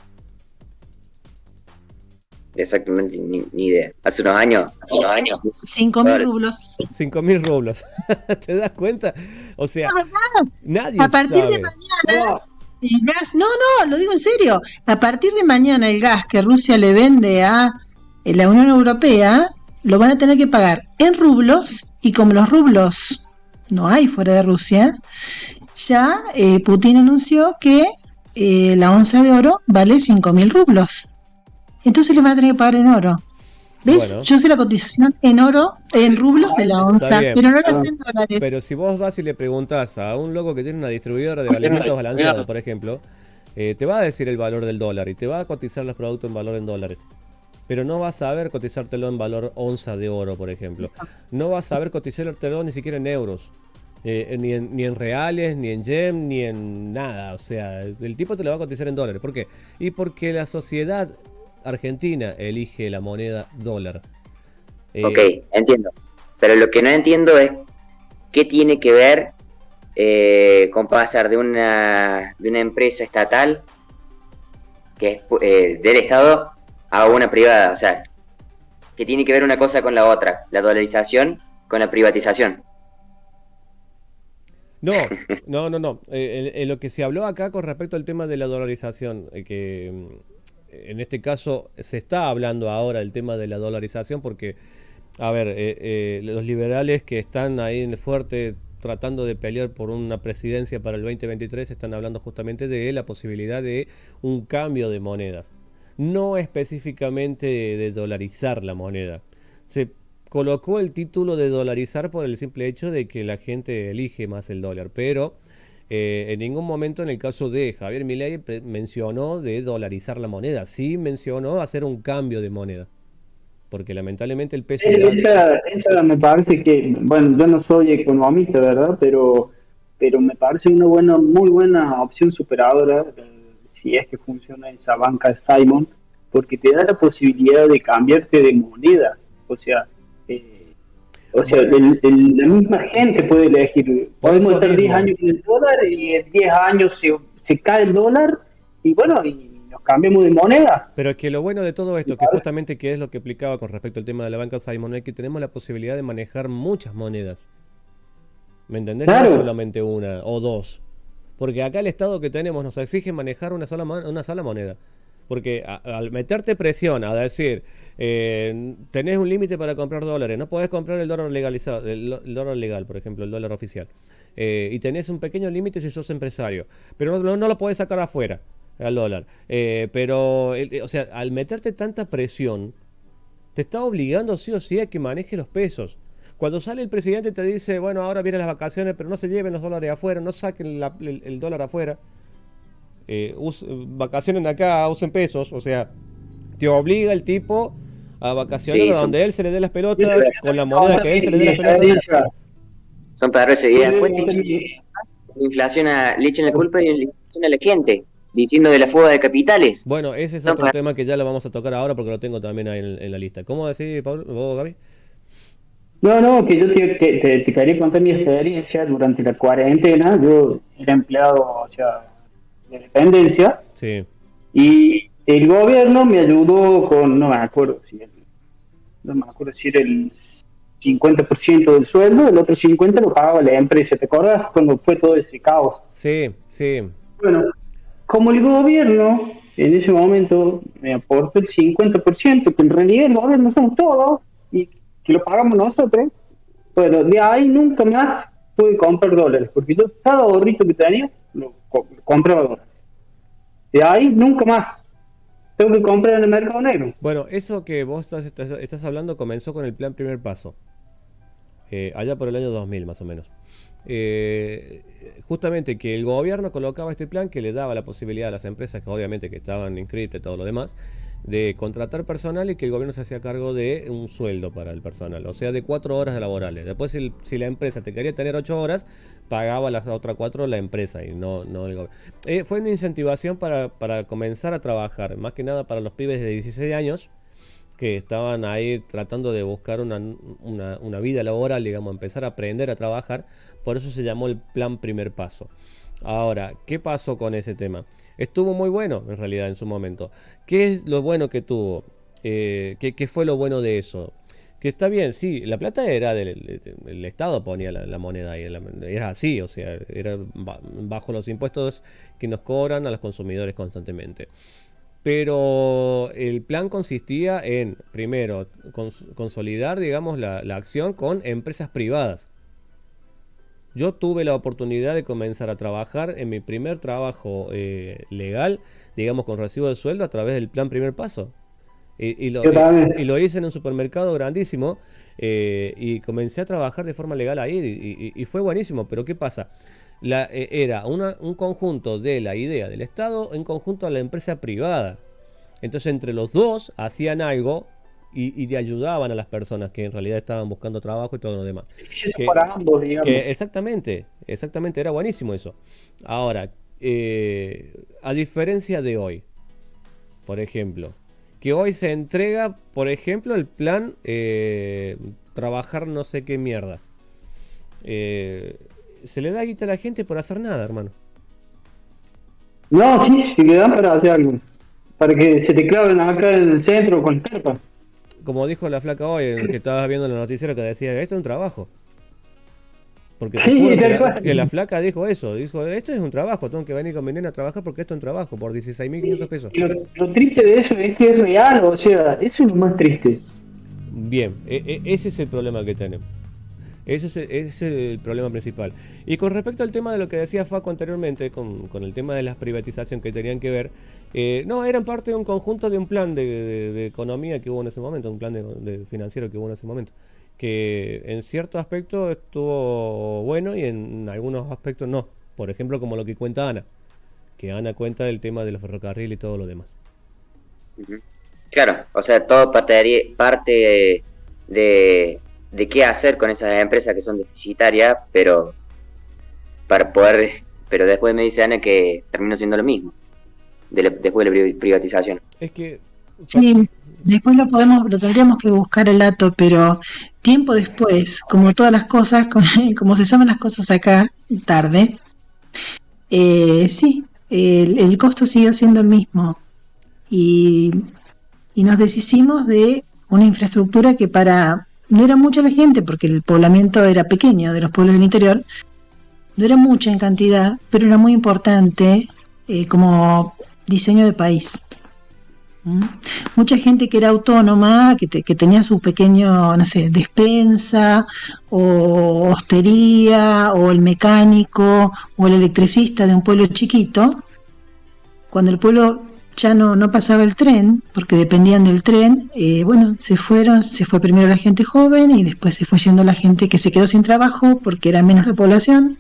Exactamente, ni, ni idea. Hace unos años, hace unos años. Cinco mil rublos. cinco mil rublos. ¿Te das cuenta? O sea, nadie A partir sabe. de mañana, el gas, no, no, lo digo en serio, a partir de mañana el gas que Rusia le vende a la Unión Europea lo van a tener que pagar en rublos, y como los rublos no hay fuera de Rusia, ya eh, Putin anunció que eh, la onza de oro vale cinco mil rublos. Entonces le van a tener que pagar en oro. ¿Ves? Bueno. Yo sé la cotización en oro, en rublos de la onza, pero no la sé en dólares. Pero si vos vas y le preguntás a un loco que tiene una distribuidora de alimentos balanceados, por ejemplo, eh, te va a decir el valor del dólar y te va a cotizar los productos en valor en dólares. Pero no vas a saber cotizártelo en valor onza de oro, por ejemplo. No vas a saber cotizártelo ni siquiera en euros. Eh, ni, en, ni en reales, ni en yen, ni en nada. O sea, el tipo te lo va a cotizar en dólares. ¿Por qué? Y porque la sociedad argentina elige la moneda dólar. Eh, ok, entiendo. Pero lo que no entiendo es qué tiene que ver eh, con pasar de una, de una empresa estatal, que es eh, del Estado, a una privada. O sea, que tiene que ver una cosa con la otra, la dolarización con la privatización. No, no, no, no. Eh, en, en lo que se habló acá con respecto al tema de la dolarización, eh, que en este caso se está hablando ahora del tema de la dolarización porque, a ver, eh, eh, los liberales que están ahí en el fuerte tratando de pelear por una presidencia para el veinte veintitrés están hablando justamente de la posibilidad de un cambio de monedas. No específicamente de, de dolarizar la moneda. Se colocó el título de dolarizar por el simple hecho de que la gente elige más el dólar, pero eh, en ningún momento en el caso de Javier Milei mencionó de dolarizar la moneda, sí mencionó hacer un cambio de moneda, porque lamentablemente el peso... Esa, esa, esa me parece que, bueno, yo no soy economista, ¿verdad? Pero, pero me parece una buena, muy buena opción superadora, eh, si es que funciona esa banca Simon, porque te da la posibilidad de cambiarte de moneda, o sea... O sea, el, el, la misma gente puede elegir. Podemos estar diez años con el dólar y en diez años se, se cae el dólar y bueno, y nos cambiamos de moneda. Pero es que lo bueno de todo esto, que justamente que es lo que explicaba con respecto al tema de la banca Simon, es que tenemos la posibilidad de manejar muchas monedas. ¿Me entendés? Claro. No solamente una o dos. Porque acá el Estado que tenemos nos exige manejar una sola, una sola moneda. Porque a, al meterte presión a decir, eh, tenés un límite para comprar dólares, no podés comprar el dólar legalizado, el, el dólar legal, por ejemplo, el dólar oficial, eh, y tenés un pequeño límite si sos empresario, pero no, no lo podés sacar afuera al dólar. Eh, pero, eh, o sea, al meterte tanta presión, te está obligando sí o sí a que manejes los pesos. Cuando sale el presidente te dice, bueno, ahora vienen las vacaciones, pero no se lleven los dólares afuera, no saquen la, el, el dólar afuera. Eh, us, vacacionen acá, usen pesos, o sea, te obliga el tipo a vacacionar sí, a donde son, él se le dé las pelotas, sí, con la moneda que él se le dé las pelotas. Son perros y después la inflación a, le echan la culpa y la inflación a la gente, diciendo de la fuga de capitales. Bueno, ese es otro tema que ya lo vamos a tocar ahora porque lo tengo también ahí en, en la lista. ¿Cómo decís, Pablo, vos, Gaby? No, no, que yo te, te, te, te quería contar mi experiencia durante la cuarentena. Yo era empleado, o sea, de dependencia, sí. Y el gobierno me ayudó con, no me acuerdo si el, no me acuerdo si era el cincuenta por ciento del sueldo, el otro cincuenta por ciento lo pagaba la empresa. ¿Te acuerdas cuando fue todo ese caos? Sí, sí. Bueno, como el gobierno en ese momento me aportó el cincuenta por ciento, que en realidad el gobierno somos todos y que lo pagamos nosotros, bueno, de ahí nunca más pude comprar dólares, porque yo cada ahorrito que tenía lo compraba dólares. De ahí nunca más tengo que comprar en el mercado negro. Bueno, eso que vos estás, estás, estás hablando comenzó con el plan Primer Paso, eh, allá por el año dos mil más o menos. Eh, justamente que el gobierno colocaba este plan que le daba la posibilidad a las empresas que obviamente que estaban inscritas y todo lo demás, de contratar personal y que el gobierno se hacía cargo de un sueldo para el personal, o sea, de cuatro horas laborales. Después, si, si la empresa te quería tener ocho horas, pagaba las otras cuatro la empresa y no, no el gobierno. Eh, fue una incentivación para, para comenzar a trabajar, más que nada para los pibes de dieciséis años que estaban ahí tratando de buscar una, una, una vida laboral, digamos, empezar a aprender a trabajar. Por eso se llamó el plan Primer Paso. Ahora, ¿qué pasó con ese tema? Estuvo muy bueno, en realidad, en su momento. ¿Qué es lo bueno que tuvo? Eh, ¿qué, ¿Qué fue lo bueno de eso? Que está bien, sí, la plata era del, del, del Estado, ponía la, la moneda ahí, era así, o sea, era bajo los impuestos que nos cobran a los consumidores constantemente. Pero el plan consistía en, primero, cons consolidar, digamos, la, la acción con empresas privadas. Yo tuve la oportunidad de comenzar a trabajar en mi primer trabajo eh, legal, digamos con recibo de sueldo, a través del plan Primer Paso. Y, y, lo, y, y lo hice en un supermercado grandísimo eh, y comencé a trabajar de forma legal ahí y, y, y fue buenísimo. Pero ¿qué pasa? La, eh, era una, un conjunto de la idea del Estado en conjunto a la empresa privada. Entonces entre los dos hacían algo y, y le ayudaban a las personas que en realidad estaban buscando trabajo y todo lo demás. Que, para ambos, digamos. Que exactamente, exactamente, era buenísimo eso. Ahora, eh, a diferencia de hoy, por ejemplo, que hoy se entrega, por ejemplo, el plan eh, trabajar no sé qué mierda. Eh, se le da guita a la gente por hacer nada, hermano. No, sí, se le dan para hacer algo. Para que se te claven acá en el centro con carpa. Como dijo la flaca hoy, en que estabas viendo en la noticiera que decía, esto es un trabajo. Porque te sí, juro que, la, que la flaca dijo eso, dijo, esto es un trabajo, tengo que venir con mi nena a trabajar porque esto es un trabajo, por dieciséis mil quinientos pesos. Lo, lo triste de eso es que es real, o sea, eso es lo más triste. Bien, e, e, ese es el problema que tenemos. Ese es, el, ese es el problema principal. Y con respecto al tema de lo que decía Faco anteriormente, con, con el tema de las privatizaciones que tenían que ver, eh, no, eran parte de un conjunto de un plan de, de, de economía que hubo en ese momento, un plan de, de financiero que hubo en ese momento, que en ciertos aspectos estuvo bueno y en algunos aspectos no. Por ejemplo, como lo que cuenta Ana, que Ana cuenta del tema de los ferrocarriles y todo lo demás. Claro, o sea, todo parte, parte de... de qué hacer con esas empresas que son deficitarias, pero para poder, pero después me dice Ana que terminó siendo lo mismo, de la, después de la privatización. Es que sí, después lo podemos, lo tendríamos que buscar el dato, pero tiempo después, como todas las cosas, como se saben las cosas acá tarde, eh, sí, el, el costo siguió siendo el mismo y, y nos deshicimos de una infraestructura que para no era mucha la gente, porque el poblamiento era pequeño de los pueblos del interior, no era mucha en cantidad, pero era muy importante eh, como diseño de país. ¿Mm? Mucha gente que era autónoma, que, te, que tenía su pequeño, no sé, despensa, o hostería, o el mecánico, o el electricista de un pueblo chiquito, cuando el pueblo ya no, no pasaba el tren, porque dependían del tren, eh, bueno, se fueron, se fue primero la gente joven y después se fue yendo la gente que se quedó sin trabajo porque era menos la población,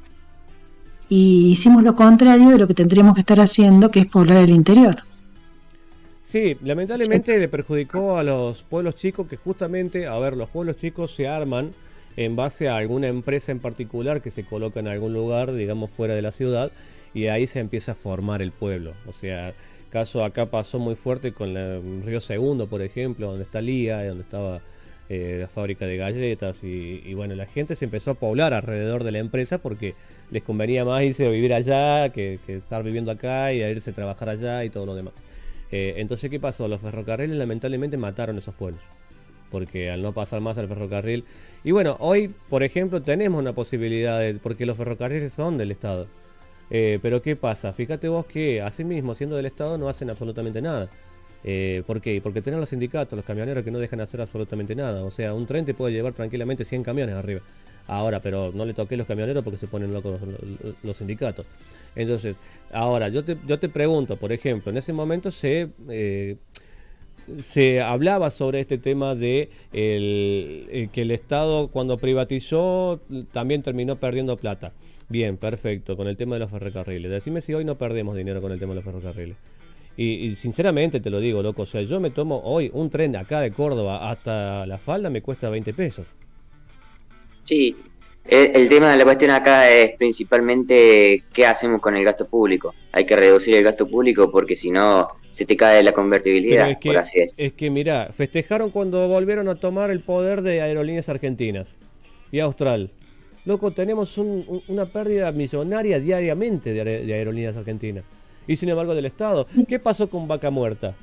y hicimos lo contrario de lo que tendríamos que estar haciendo, que es poblar el interior. Sí, lamentablemente sí. Le perjudicó a los pueblos chicos, que justamente, a ver, los pueblos chicos se arman en base a alguna empresa en particular que se coloca en algún lugar, digamos, fuera de la ciudad, y ahí se empieza a formar el pueblo, o sea... Caso acá pasó muy fuerte con la, Río Segundo, por ejemplo, donde está Lía, donde estaba eh, la fábrica de galletas y, y bueno, la gente se empezó a poblar alrededor de la empresa porque les convenía más irse a vivir allá que, que estar viviendo acá y a irse a trabajar allá y todo lo demás. Eh, entonces, ¿qué pasó? Los ferrocarriles lamentablemente mataron esos pueblos, porque al no pasar más al ferrocarril... Y bueno, hoy, por ejemplo, tenemos una posibilidad, de, porque los ferrocarriles son del Estado. Eh, pero ¿qué pasa? Fíjate vos que así mismo, siendo del Estado, no hacen absolutamente nada. Eh, ¿Por qué? Porque tienen los sindicatos, los camioneros que no dejan hacer absolutamente nada. O sea, un tren te puede llevar tranquilamente cien camiones arriba. Ahora, pero no le toqué los camioneros porque se ponen locos los, los sindicatos. Entonces, ahora, yo te, yo te pregunto, por ejemplo, en ese momento se... Eh, se hablaba sobre este tema de el, el que el Estado cuando privatizó también terminó perdiendo plata. Bien, perfecto, con el tema de los ferrocarriles. Decime si hoy no perdemos dinero con el tema de los ferrocarriles. Y, y sinceramente te lo digo, loco, o sea, yo me tomo hoy un tren de acá de Córdoba hasta La Falda, me cuesta veinte pesos. Sí, el, el tema de la cuestión acá es principalmente qué hacemos con el gasto público. Hay que reducir el gasto público porque si no se te cae la convertibilidad, es que, por así decirlo. Es que mirá, festejaron cuando volvieron a tomar el poder de Aerolíneas Argentinas y Austral. Loco, tenemos un, un, una pérdida millonaria diariamente de, de Aerolíneas Argentinas. Y sin embargo del Estado. ¿Qué pasó con Vaca Muerta?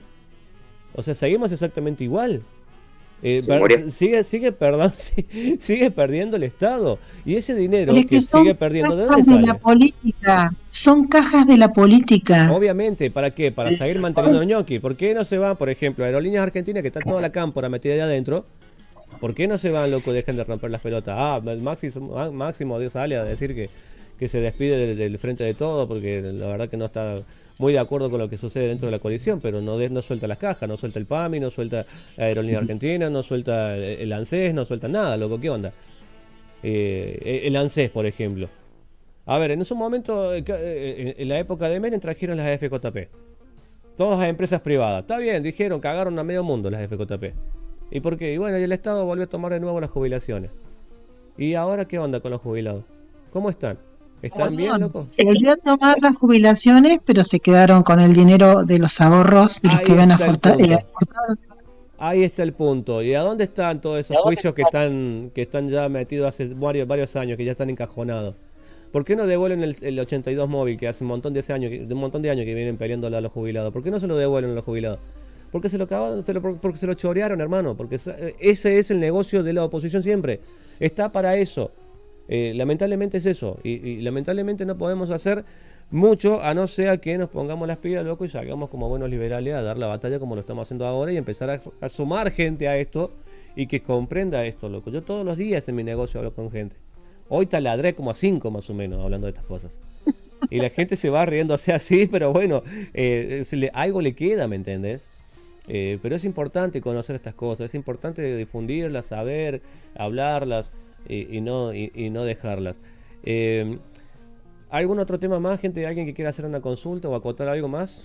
O sea, seguimos exactamente igual. Eh, per, sigue, sigue, perdón, sigue, sigue perdiendo el Estado. Y ese dinero que, que sigue perdiendo, ¿de dónde sale? De la política. Son cajas de la política. Obviamente, ¿para qué? Para seguir manteniendo el ñoqui. ¿Por qué no se va, por ejemplo, Aerolíneas Argentinas, que está toda la cámpora metida allá adentro? ¿Por qué no se van, loco? Dejan de romper las pelotas. Ah, Máximo, Máximo sale a decir que, que se despide del, del frente de todo, porque la verdad que no está muy de acuerdo con lo que sucede dentro de la coalición, pero no, de, no suelta las cajas, no suelta el P A M I, no suelta la Aerolínea Argentina, no suelta el, el ANSES, no suelta nada, loco, ¿qué onda? Eh, el ANSES, por ejemplo. A ver, en su momento, en la época de Menem, trajeron las F J P. Todas las empresas privadas. Está bien, dijeron, cagaron a medio mundo las F J P. ¿Y por qué? Y bueno, y el Estado volvió a tomar de nuevo las jubilaciones. ¿Y ahora qué onda con los jubilados? ¿Cómo están? ¿Están bien, loco? Volvió a tomar las jubilaciones, pero se quedaron con el dinero de los ahorros de los Ahí que van a está el aportar. punto. Ahí está el punto. ¿Y a dónde están todos esos juicios que están que están ya metidos hace varios, varios años, que ya están encajonados? ¿Por qué no devuelven el, el ochenta y dos móvil, que hace un montón de ese año, un montón de años que vienen peleando a los jubilados? ¿Por qué no se lo devuelven a los jubilados? Porque se lo acabaron, porque se lo chorearon, hermano. Porque ese es el negocio de la oposición siempre. Está para eso. Eh, lamentablemente es eso. Y, y lamentablemente no podemos hacer mucho, a no ser que nos pongamos las pilas, loco, y salgamos como buenos liberales a dar la batalla como lo estamos haciendo ahora y empezar a, a sumar gente a esto y que comprenda esto, loco. Yo todos los días en mi negocio hablo con gente. Hoy taladré como a cinco más o menos hablando de estas cosas. Y la gente se va riendo así, así, pero bueno, eh, se le, algo le queda, ¿me entendés? Eh, pero es importante conocer estas cosas, es importante difundirlas, saber, hablarlas y, y, no, y, y no dejarlas. Eh, ¿Algún otro tema más, gente? ¿Alguien que quiera hacer una consulta o acotar algo más?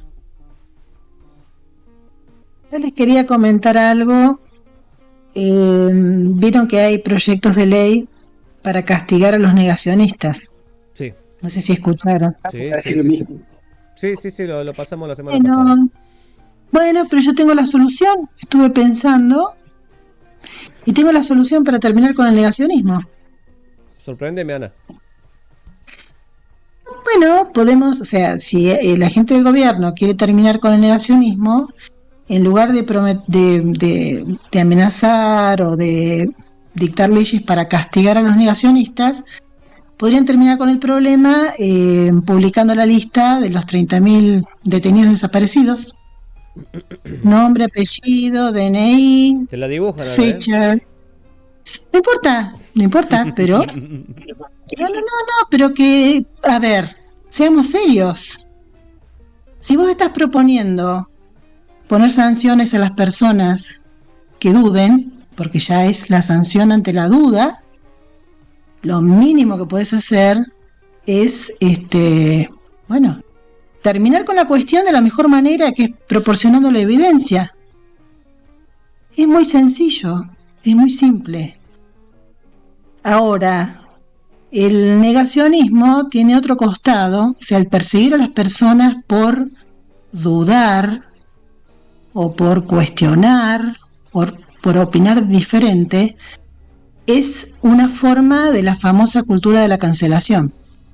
Yo les quería comentar algo. Eh, Vieron que hay proyectos de ley para castigar a los negacionistas. Sí. No sé si escucharon. Sí, sí, sí, sí. Sí, sí, sí, lo, lo pasamos la semana bueno, pasada. Bueno, pero yo tengo la solución. Estuve pensando y tengo la solución para terminar con el negacionismo. Sorpréndeme, Ana. Bueno, podemos, o sea, si eh, la gente del gobierno quiere terminar con el negacionismo, en lugar de, promet- de, de, de amenazar o de dictar leyes para castigar a los negacionistas, podrían terminar con el problema eh, publicando la lista de los treinta mil detenidos desaparecidos. Nombre, apellido, D N I, Te la dibujan, fecha. ¿Eh? No importa, no importa, pero... No, no, no, no, pero que... A ver, seamos serios. Si vos estás proponiendo poner sanciones a las personas que duden, porque ya es la sanción ante la duda, lo mínimo que podés hacer es, este, bueno, terminar con la cuestión de la mejor manera, que es proporcionando la evidencia. Es muy sencillo, es muy simple. Ahora, el negacionismo tiene otro costado, o sea, el perseguir a las personas por dudar o por cuestionar, por, por opinar diferente, es una forma de la famosa cultura de la cancelación.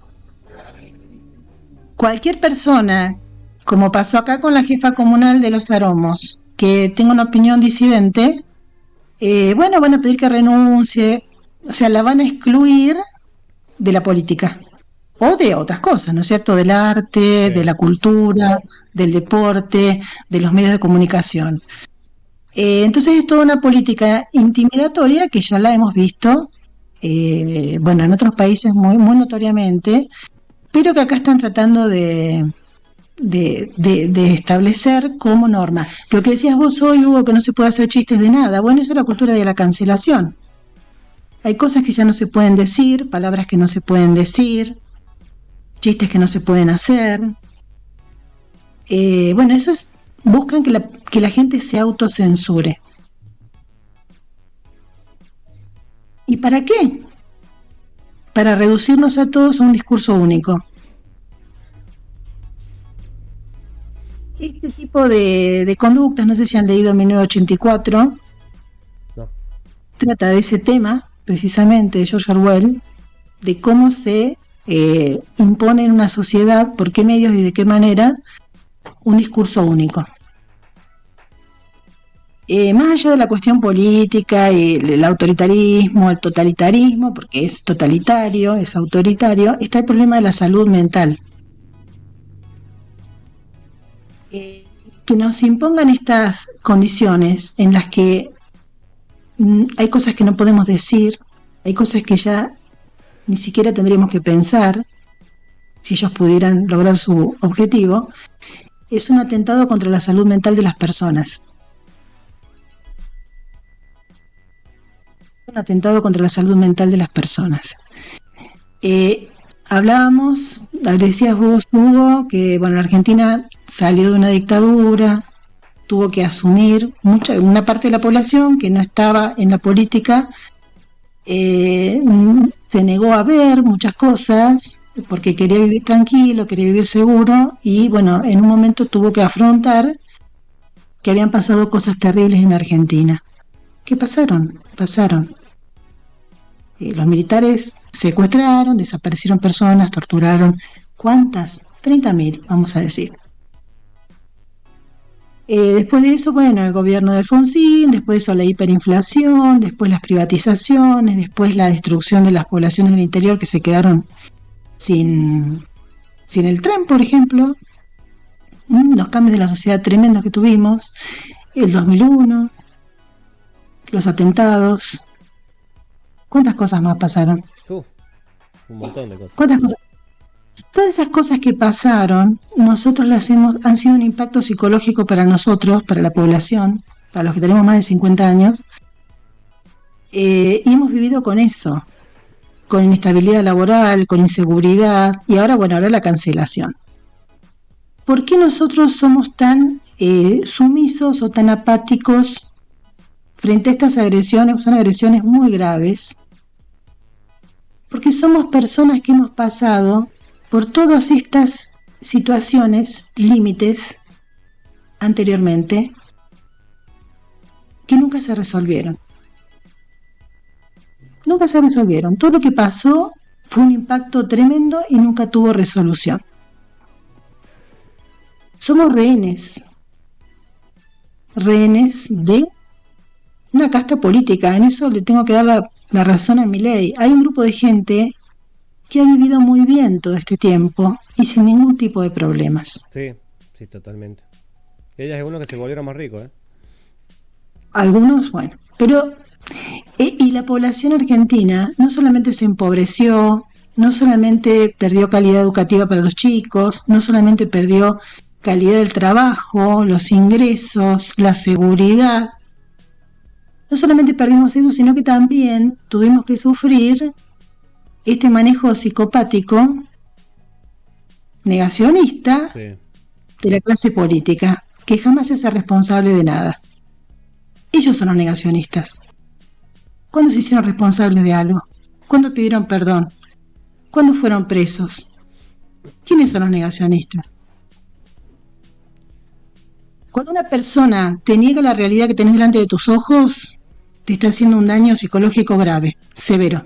Cualquier persona, como pasó acá con la jefa comunal de Los Aromos, que tenga una opinión disidente, eh, bueno, van a pedir que renuncie, o sea, la van a excluir de la política o de otras cosas, ¿no es cierto? Del arte, sí, de la cultura, del deporte, de los medios de comunicación. Eh, entonces es toda una política intimidatoria que ya la hemos visto, eh, bueno, en otros países muy, muy notoriamente, pero que acá están tratando de, de, de, de establecer como norma. Lo que decías vos hoy, Hugo, que no se puede hacer chistes de nada, bueno, eso es la cultura de la cancelación. Hay cosas que ya no se pueden decir, palabras que no se pueden decir, chistes que no se pueden hacer. Eh, bueno, eso es, buscan que la, que la gente se autocensure. ¿Y para qué? Para reducirnos a todos a un discurso único. Este tipo de, de conductas, no sé si han leído mil novecientos ochenta y cuatro, no. Trata de ese tema, precisamente, de George Orwell, de cómo se eh, impone en una sociedad, por qué medios y de qué manera, un discurso único. Eh, más allá de la cuestión política, el, el autoritarismo, el totalitarismo, porque es totalitario, es autoritario, está el problema de la salud mental. Eh, que nos impongan estas condiciones en las que mm, hay cosas que no podemos decir, hay cosas que ya ni siquiera tendríamos que pensar, si ellos pudieran lograr su objetivo, es un atentado contra la salud mental de las personas. Un atentado contra la salud mental de las personas. Eh, hablábamos, decías vos, Hugo, que bueno, la Argentina salió de una dictadura, tuvo que asumir mucha, una parte de la población que no estaba en la política, eh, se negó a ver muchas cosas porque quería vivir tranquilo, quería vivir seguro, y bueno, en un momento tuvo que afrontar que habían pasado cosas terribles en Argentina. ¿Qué pasaron? Pasaron. Eh, los militares secuestraron, desaparecieron personas, torturaron. ¿Cuántas? treinta mil, vamos a decir. Eh, después de eso, bueno, el gobierno de Alfonsín, después de eso la hiperinflación, después las privatizaciones, después la destrucción de las poblaciones del interior que se quedaron sin, sin el tren, por ejemplo, mm, los cambios de la sociedad tremendos que tuvimos, el dos mil uno, los atentados. ¿Cuántas cosas más pasaron? Uf, un montón de cosas. ¿Cuántas cosas? Todas esas cosas que pasaron, nosotros las hemos, han sido un impacto psicológico para nosotros, para la población, para los que tenemos más de cincuenta años, eh, y hemos vivido con eso, con inestabilidad laboral, con inseguridad, y ahora, bueno, ahora la cancelación. ¿Por qué nosotros somos tan eh, sumisos o tan apáticos frente a estas agresiones? Son agresiones muy graves, porque somos personas que hemos pasado por todas estas situaciones, límites, anteriormente, que nunca se resolvieron. Nunca se resolvieron. Todo lo que pasó fue un impacto tremendo y nunca tuvo resolución. Somos rehenes. Rehenes de una casta política. En eso le tengo que dar la, la razón a Milei. Hay un grupo de gente que ha vivido muy bien todo este tiempo y sin ningún tipo de problemas. Sí, sí, totalmente. Ella es uno que se volvieron más ricos, ¿eh? Algunos, bueno, pero eh, y la población argentina no solamente se empobreció, no solamente perdió calidad educativa para los chicos, no solamente perdió calidad del trabajo, los ingresos, la seguridad. No solamente perdimos eso, sino que también tuvimos que sufrir este manejo psicopático, negacionista, sí, de la clase política, que jamás se hace responsable de nada. Ellos son los negacionistas. ¿Cuándo se hicieron responsables de algo? ¿Cuándo pidieron perdón? ¿Cuándo fueron presos? ¿Quiénes son los negacionistas? Cuando una persona te niega la realidad que tenés delante de tus ojos, te está haciendo un daño psicológico grave, severo.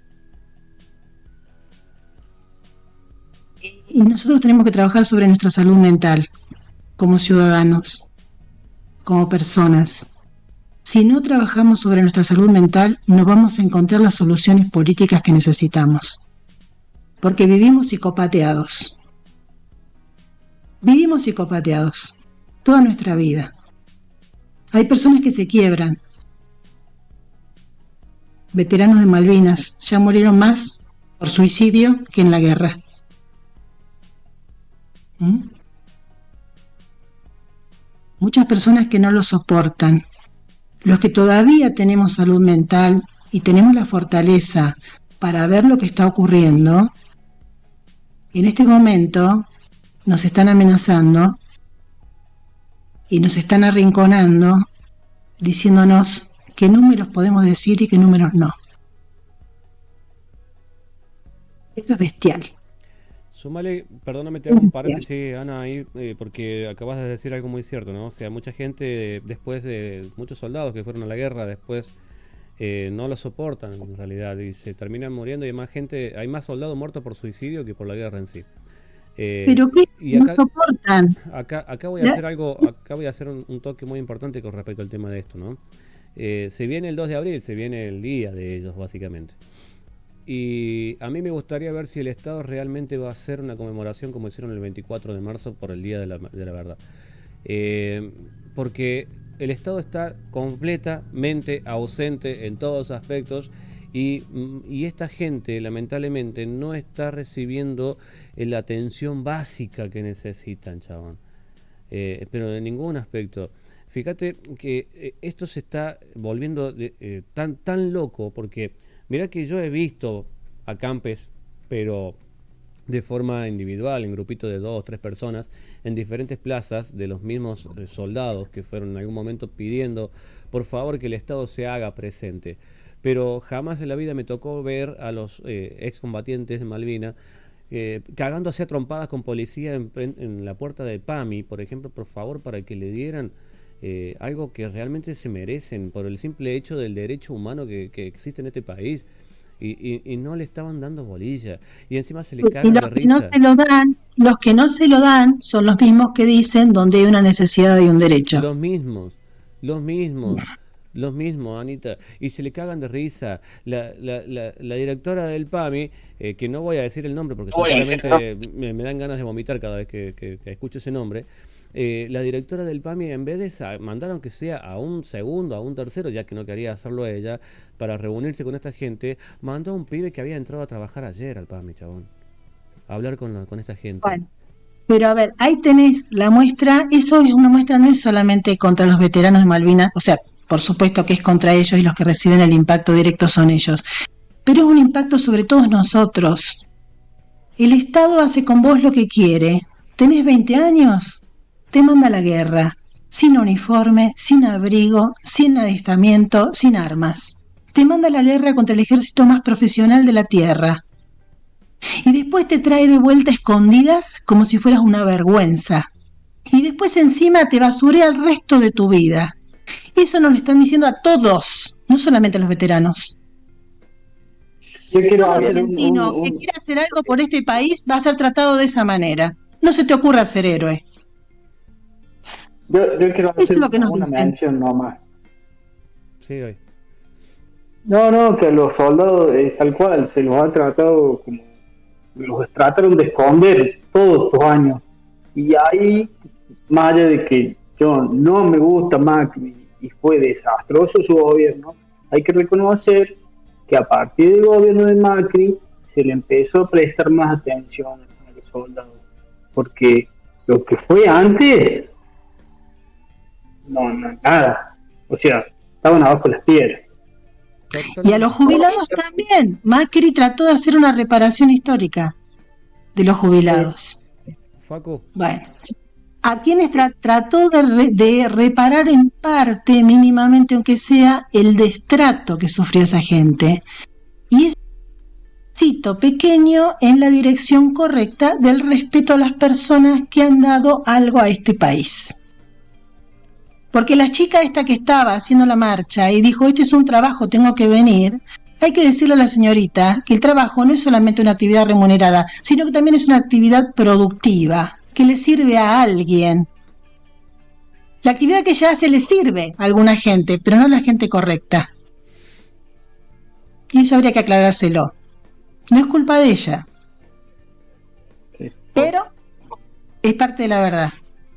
Y nosotros tenemos que trabajar sobre nuestra salud mental, como ciudadanos, como personas. Si no trabajamos sobre nuestra salud mental, no vamos a encontrar las soluciones políticas que necesitamos. Porque vivimos psicopateados. Vivimos psicopateados toda nuestra vida. Hay personas que se quiebran. Veteranos de Malvinas ya murieron más por suicidio que en la guerra. ¿Mm? Muchas personas que no lo soportan. Los que todavía tenemos salud mental y tenemos la fortaleza para ver lo que está ocurriendo, en este momento nos están amenazando y nos están arrinconando, diciéndonos qué números podemos decir y qué números no. Esto es bestial. Sumale, perdóname, te hago un paréntesis, Ana, ahí, eh, porque acabas de decir algo muy cierto, ¿no? O sea, mucha gente, después de muchos soldados que fueron a la guerra, después eh, no lo soportan en realidad y se terminan muriendo, y hay más gente, hay más soldados muertos por suicidio que por la guerra en sí. Eh, ¿Pero qué? Y no acá, soportan. Acá, acá voy a hacer algo, acá voy a hacer un, un toque muy importante con respecto al tema de esto, ¿no? Eh, se viene el dos de abril, se viene el día de ellos, básicamente. Y a mí me gustaría ver si el Estado realmente va a hacer una conmemoración como hicieron el veinticuatro de marzo por el Día de la, de la Verdad. Eh, porque el Estado está completamente ausente en todos aspectos Y, y esta gente lamentablemente no está recibiendo la atención básica que necesitan, chabón. Eh, pero en ningún aspecto. Fíjate que eh, esto se está volviendo eh, tan, tan loco, porque mirá que yo he visto acampes, pero de forma individual, en grupitos de dos, tres personas, en diferentes plazas de los mismos eh, soldados que fueron en algún momento pidiendo, por favor, que el Estado se haga presente. Pero jamás en la vida me tocó ver a los eh, excombatientes de Malvinas eh, cagándose a trompadas con policía en, en la puerta del PAMI, por ejemplo, por favor, para que le dieran eh, algo que realmente se merecen por el simple hecho del derecho humano que, que existe en este país. Y, y, y no le estaban dando bolilla. Y encima se le cagan de risa. Y los que no se lo dan, los que no se lo dan son los mismos que dicen donde hay una necesidad hay un derecho. Los mismos, los mismos. Los mismos, Anita, y se le cagan de risa. La, la, la, la directora del PAMI, eh, que no voy a decir el nombre porque no sinceramente me, me dan ganas de vomitar cada vez que, que, que escucho ese nombre. Eh, la directora del PAMI, en vez de mandar aunque sea a un segundo, a un tercero, ya que no quería hacerlo ella, para reunirse con esta gente, mandó a un pibe que había entrado a trabajar ayer al PAMI, chabón. A hablar con, la, con esta gente. Bueno. Pero a ver, ahí tenés la muestra. Eso es una muestra, no es solamente contra los veteranos de Malvinas, o sea, por supuesto que es contra ellos y los que reciben el impacto directo son ellos, pero es un impacto sobre todos nosotros. El Estado hace con vos lo que quiere. ¿Tenés veinte años? Te manda a la guerra, sin uniforme, sin abrigo, sin adiestramiento, sin armas. Te manda a la guerra contra el ejército más profesional de la tierra. Y después te trae de vuelta escondidas como si fueras una vergüenza. Y después encima te basurea el resto de tu vida. Eso nos lo están diciendo a todos, no solamente a los veteranos. Yo quiero Todo hacer argentino un, un, un... que quiera hacer algo por este país va a ser tratado de esa manera. No se te ocurra ser héroe. Yo, yo quiero hacer Eso es lo que nos una dicen. mención nomás. Sí, hoy. No, no, que los soldados, eh, tal cual, se los ha tratado como... Los trataron de esconder todos estos años. Y ahí, más allá de que yo no me gusta Macri y fue desastroso su gobierno, hay que reconocer que a partir del gobierno de Macri se le empezó a prestar más atención a los soldados, porque lo que fue antes, no, no, nada, o sea, estaban abajo las piedras. Y a los jubilados también. Macri trató de hacer una reparación histórica de los jubilados. Facu. Bueno, a quienes tra- trató de, re- de reparar en parte, mínimamente aunque sea, el destrato que sufrió esa gente. Y es un pasito pequeño en la dirección correcta del respeto a las personas que han dado algo a este país. Porque la chica esta que estaba haciendo la marcha y dijo, este es un trabajo, tengo que venir, hay que decirle a la señorita que el trabajo no es solamente una actividad remunerada, sino que también es una actividad productiva, que le sirve a alguien. La actividad que ella hace le sirve a alguna gente, pero no a la gente correcta. Y eso habría que aclarárselo. No es culpa de ella, pero es parte de la verdad.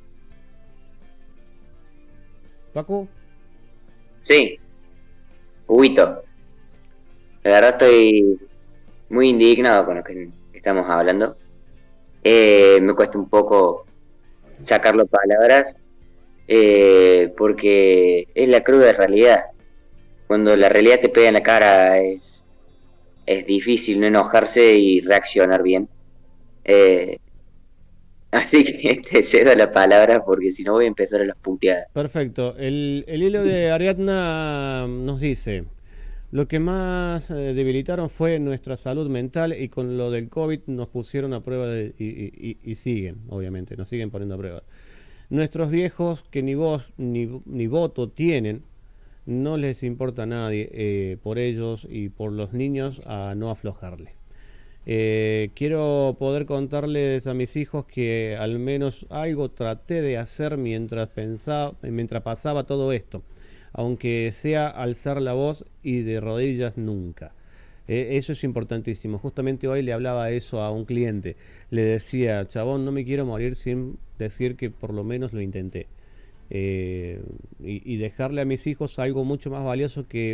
Paco. Sí, Huguito. La verdad estoy muy indignado con lo que estamos hablando. Eh, me cuesta un poco sacarlo palabras, eh, porque es la cruda realidad. Cuando la realidad te pega en la cara es, es difícil no enojarse y reaccionar bien. Eh, Así que te cedo la palabra porque si no voy a empezar a las puteadas. Perfecto. El, el hilo de Ariadna nos dice, lo que más eh, debilitaron fue nuestra salud mental y con lo del COVID nos pusieron a prueba de, y, y, y siguen, obviamente, nos siguen poniendo a prueba. Nuestros viejos que ni voz ni, ni voto tienen, no les importa a nadie eh, por ellos y por los niños a no aflojarle. Eh, quiero poder contarles a mis hijos que al menos algo traté de hacer mientras pensaba, mientras pasaba todo esto, aunque sea alzar la voz y de rodillas nunca. Eh, eso es importantísimo. Justamente hoy le hablaba eso a un cliente. Le decía, chabón, no me quiero morir sin decir que por lo menos lo intenté. Eh, y, y dejarle a mis hijos algo mucho más valioso que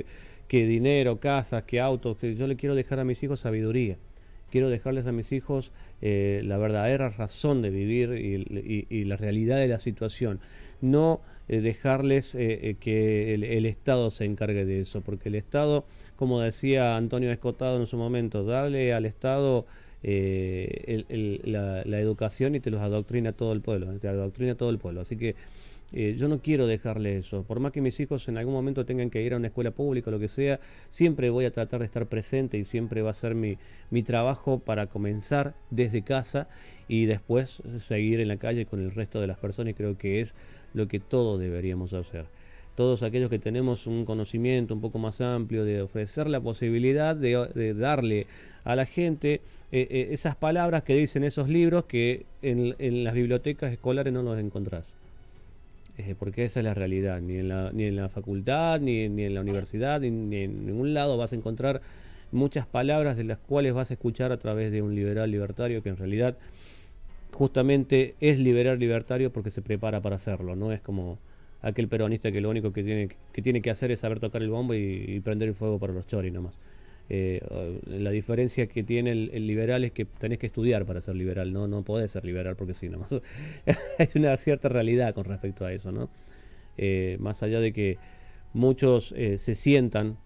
que dinero, casas, que autos, que yo le quiero dejar a mis hijos sabiduría. Quiero dejarles a mis hijos eh, la verdadera razón de vivir y, y, y la realidad de la situación. No eh, dejarles eh, eh, que el, el Estado se encargue de eso, porque el Estado, como decía Antonio Escotado en su momento, darle al Estado eh, el, el, la, la educación y te los adoctrina todo el pueblo, te adoctrina todo el pueblo. Así que Eh, yo no quiero dejarle eso. Por más que mis hijos en algún momento tengan que ir a una escuela pública o lo que sea, siempre voy a tratar de estar presente y siempre va a ser mi, mi trabajo para comenzar desde casa y después seguir en la calle con el resto de las personas, y creo que es lo que todos deberíamos hacer. Todos aquellos que tenemos un conocimiento un poco más amplio, de ofrecer la posibilidad de, de darle a la gente eh, eh, esas palabras que dicen esos libros que en, en las bibliotecas escolares no los encontrás. Eh, porque esa es la realidad, ni en la, ni en la facultad, ni, ni en la universidad, ni, ni en ningún lado vas a encontrar muchas palabras de las cuales vas a escuchar a través de un liberal libertario que en realidad justamente es liberal libertario porque se prepara para hacerlo, no es como aquel peronista que lo único que tiene que, tiene que hacer es saber tocar el bombo y, y prender el fuego para los choris nomás. Eh, la diferencia que tiene el, el liberal es que tenés que estudiar para ser liberal, no no podés ser liberal porque sí, nomás. Hay una cierta realidad con respecto a eso, ¿no? Eh, más allá de que muchos eh, se sientan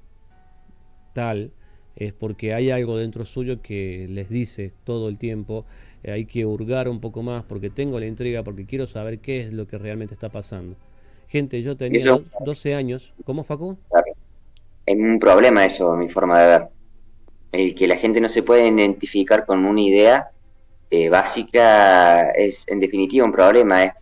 tal, es porque hay algo dentro suyo que les dice todo el tiempo, eh, hay que hurgar un poco más porque tengo la intriga, porque quiero saber qué es lo que realmente está pasando. Gente, yo tenía Eso, doce años. ¿Cómo, Facu? claro, es un problema eso, mi forma de ver. El que la gente no se puede identificar con una idea eh, básica es en definitiva un problema, ¿eh?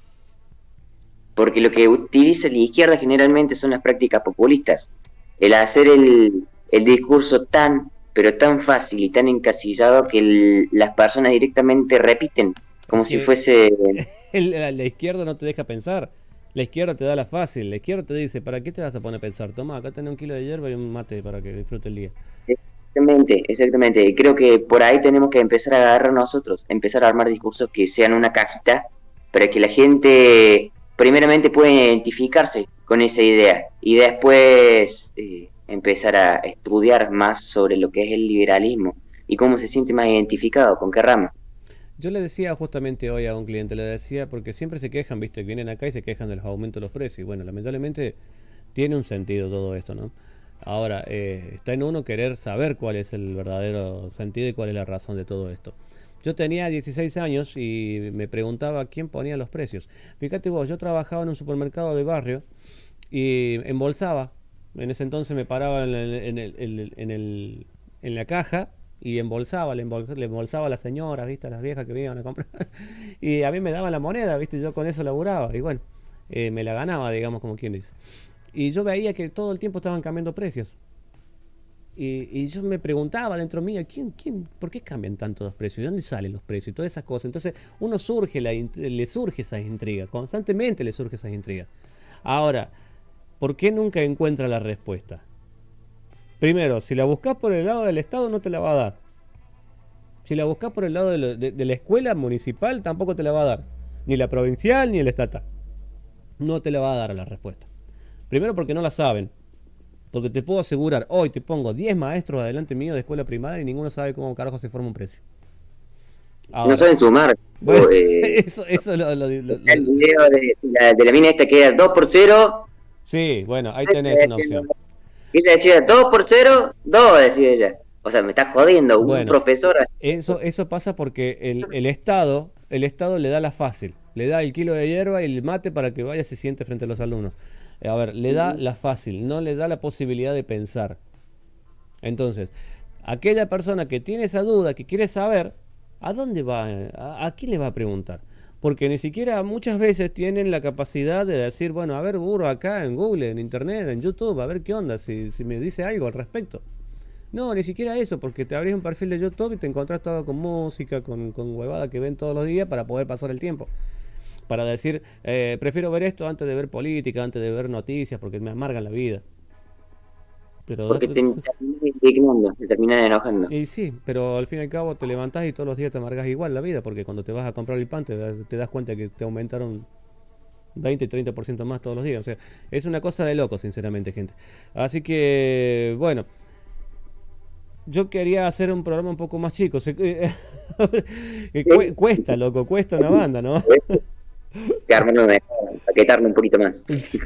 Porque lo que utiliza la izquierda generalmente son las prácticas populistas. El hacer el, el discurso tan, pero tan fácil y tan encasillado que el, las personas directamente repiten, como Es si que fuese... el- la, la izquierda no te deja pensar. La izquierda te da la fácil. La izquierda te dice, ¿para qué te vas a poner a pensar? Toma, acá tenés un kilo de hierba y un mate para que disfrute el día. Exactamente, exactamente. Creo que por ahí tenemos que empezar a agarrar nosotros, empezar a armar discursos que sean una cajita para que la gente primeramente pueda identificarse con esa idea y después eh, empezar a estudiar más sobre lo que es el liberalismo y cómo se siente más identificado, con qué rama. Yo le decía justamente hoy a un cliente, le decía, porque siempre se quejan, viste, que vienen acá y se quejan de los aumentos de los precios. Y bueno, lamentablemente tiene un sentido todo esto, ¿no? Ahora, eh, está en uno querer saber cuál es el verdadero sentido y cuál es la razón de todo esto. Yo tenía dieciséis años y me preguntaba quién ponía los precios. Fíjate vos, yo trabajaba en un supermercado de barrio y embolsaba. En ese entonces me paraba en, el, en, el, en, el, en, el, en la caja y embolsaba, le, embol, le embolsaba a las señoras, ¿viste? A las viejas que venían a comprar. Y a mí me daban la moneda, ¿viste? Yo con eso laburaba y bueno, eh, me la ganaba, digamos, como quien dice. Y yo veía que todo el tiempo estaban cambiando precios. Y, y yo me preguntaba dentro mío, ¿quién, quién, ¿por qué cambian tanto los precios? ¿De dónde salen los precios? Y todas esas cosas. Entonces uno surge, la, le surge esa intriga, constantemente le surge esa intriga. Ahora, ¿por qué nunca encuentra la respuesta? Primero, si la buscas por el lado del Estado no te la va a dar. Si la buscas por el lado de, lo, de, de la escuela municipal tampoco te la va a dar. Ni la provincial ni el estatal. No te la va a dar a la respuesta. Primero porque no la saben. Porque te puedo asegurar, hoy te pongo diez maestros adelante mío de escuela primaria y ninguno sabe cómo carajo se forma un precio. Ahora, no saben sumar. Bueno, o, eh, eso, eso lo, lo, lo, lo, el video de la, de la mina esta que era dos por cero. Sí, bueno, ahí tenés una opción. Ella decía dos por cero, dos, decía ella. O sea, me estás jodiendo, un Bueno, profesor así. Eso, eso pasa porque el, el Estado, el Estado le da la fácil, le da el kilo de hierba y el mate para que vaya y se siente frente a los alumnos. A ver, le da la fácil, no le da la posibilidad de pensar. Entonces, aquella persona que tiene esa duda, que quiere saber, ¿a dónde va? ¿A, a quién le va a preguntar? Porque ni siquiera muchas veces tienen la capacidad de decir, bueno, a ver, burro, acá en Google, en Internet, en YouTube, a ver qué onda, si, si me dice algo al respecto. No, ni siquiera eso, porque te abrís un perfil de YouTube y te encontrás todo con música, con, con huevada que ven todos los días para poder pasar el tiempo. Para decir, eh, prefiero ver esto antes de ver política, antes de ver noticias, porque me amargan la vida. Pero Porque te terminas indignando, te terminas enojando. Y sí, pero al fin y al cabo te levantás y todos los días te amargas igual la vida, porque cuando te vas a comprar el pan te das, te das cuenta que te aumentaron veinte, treinta por ciento más todos los días. O sea, es una cosa de loco, sinceramente, gente. Así que, bueno, yo quería hacer un programa un poco más chico. Se, eh, Sí. cuesta, loco, cuesta una banda, ¿no? Que armarlo mejor, paquetarlo un poquito más. Sí,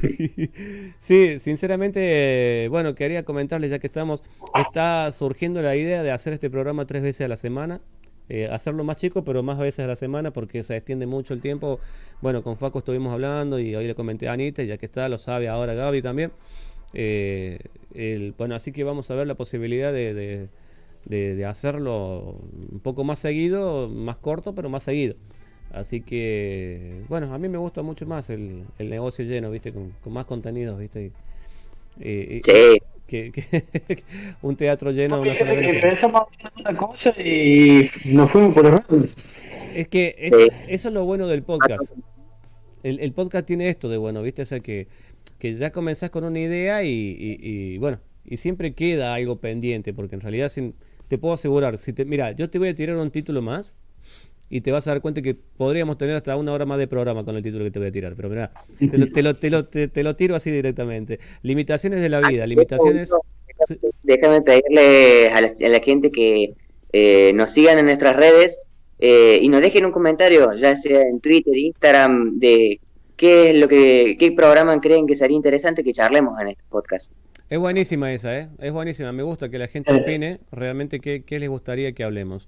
sí, sinceramente, bueno, quería comentarles, ya que estamos, está surgiendo la idea de hacer este programa tres veces a la semana, eh, hacerlo más chico, pero más veces a la semana, porque se extiende mucho el tiempo. Bueno, con Faco estuvimos hablando y hoy le comenté a Anita, ya que está, lo sabe ahora Gaby también. Eh, el, bueno, así que vamos a ver la posibilidad de, de, de, de hacerlo un poco más seguido, más corto, pero más seguido. Así que, bueno, a mí me gusta mucho más el, el negocio lleno, ¿viste? Con, con más contenidos, ¿viste? Y, y- Sí, que, que un teatro lleno Porque una sola vez. empezamos haciendo una cosa y nos fuimos por los lados. Es que es, sí. eso es lo bueno del podcast. El, el podcast tiene esto de bueno, ¿viste? O sea, que, que ya comenzás con una idea y, y- y, bueno, y siempre queda algo pendiente, porque en realidad sin- te puedo asegurar, si te, mira, yo te voy a tirar un título más y te vas a dar cuenta que podríamos tener hasta una hora más de programa con el título que te voy a tirar, pero mira, te lo, te lo, te lo, te- te lo tiro así directamente. Limitaciones de la vida, limitaciones... Sí, Déjame pedirle a la, a la gente que eh, nos sigan en nuestras redes eh, y nos dejen un comentario, ya sea en Twitter, Instagram, de qué es lo que, qué programa creen que sería interesante que charlemos en este podcast. es buenísima esa, ¿eh? Es buenísima. Me gusta que la gente opine realmente qué, qué les gustaría que hablemos.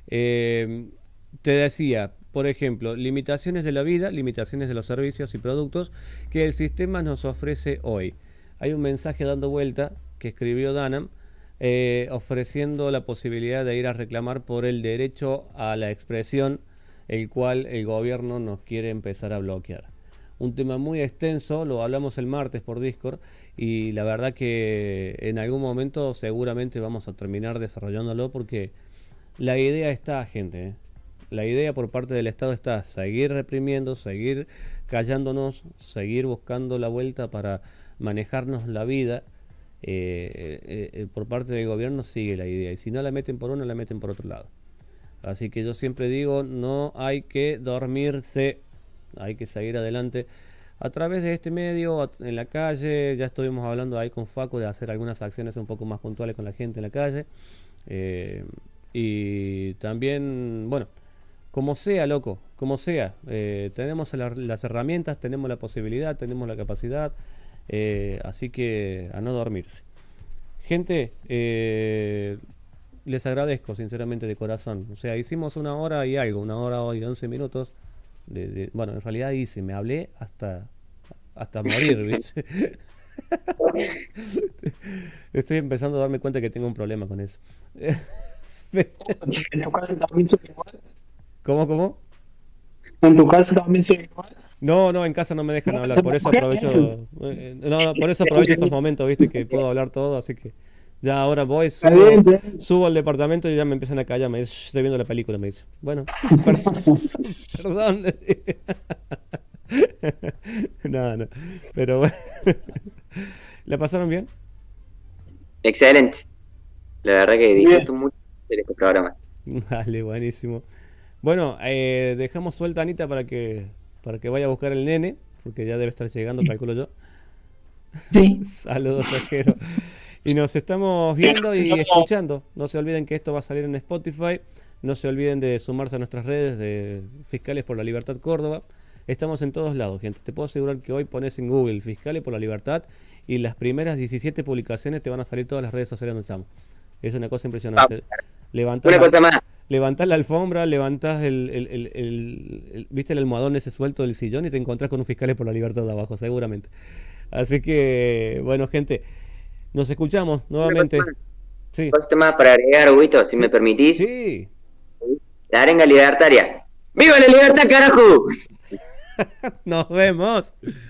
Eh, te decía, por ejemplo, limitaciones de la vida, limitaciones de los servicios y productos que el sistema nos ofrece hoy. Hay un mensaje dando vuelta que escribió Danam eh, ofreciendo la posibilidad de ir a reclamar por el derecho a la expresión, el cual el gobierno nos quiere empezar a bloquear. Un tema muy extenso, lo hablamos el martes por Discord y la verdad que en algún momento seguramente vamos a terminar desarrollándolo porque la idea está, gente, ¿eh? La idea por parte del Estado está seguir reprimiendo, seguir callándonos, seguir buscando la vuelta para manejarnos la vida. Eh, eh, eh, por parte del gobierno sigue la idea y si no la meten por uno, la meten por otro lado. Así que yo siempre digo, no hay que dormirse, hay que seguir adelante a través de este medio, a- en la calle. Ya estuvimos hablando ahí con Faco de hacer algunas acciones un poco más puntuales con la gente en la calle. Eh, y también, bueno, como sea, loco, como sea, eh, tenemos la- las herramientas, tenemos la posibilidad, tenemos la capacidad, eh, así que a no dormirse. Gente, eh, les agradezco sinceramente de corazón. O sea, hicimos una hora y algo, una hora y once minutos. De, de- bueno, en realidad hice, me hablé hasta, hasta morir, ¿viste? Estoy empezando a darme cuenta que tengo un problema con eso. En tu caso también soy igual. ¿Cómo, cómo? En tu caso también soy igual. No, no, en casa no me dejan No, hablar, por eso aprovecho, eh, no, no, por eso aprovecho estos momentos, viste, que puedo hablar todo, así que ya ahora voy, Está subo, bien, está bien. subo al departamento y ya me empiezan a callar, me dicen, "Shh, estoy viendo la película", me dice. Bueno, perdón, perdón. No, no, pero bueno. ¿La pasaron bien? Excelente. La verdad que Bien. disfruto mucho hacer estos programas. Dale, buenísimo. Bueno, eh, dejamos suelta a Anita para que, para que vaya a buscar el nene, porque ya debe estar llegando, calculo yo. Sí. Saludos, Ajero. Y nos estamos viendo y escuchando. No se olviden que esto va a salir en Spotify. No se olviden de sumarse a nuestras redes de Fiscales por la Libertad Córdoba. Estamos en todos lados, gente. Te puedo asegurar que hoy pones en Google Fiscales por la Libertad y las primeras diecisiete publicaciones te van a salir todas las redes sociales donde estamos. Es una cosa impresionante. Levantás Una la, cosa más, levantás la alfombra, levantás el, el, el, el- el- ¿viste el almohadón ese suelto del sillón y te encontrás con un Fiscales por la Libertad de abajo, seguramente. Así que, bueno, gente, nos escuchamos nuevamente. una cosa Sí, cosita más para agregar, Huguito, si Sí. me permitís. sí. La arenga libertaria. ¡Viva la libertad, carajo! Nos vemos.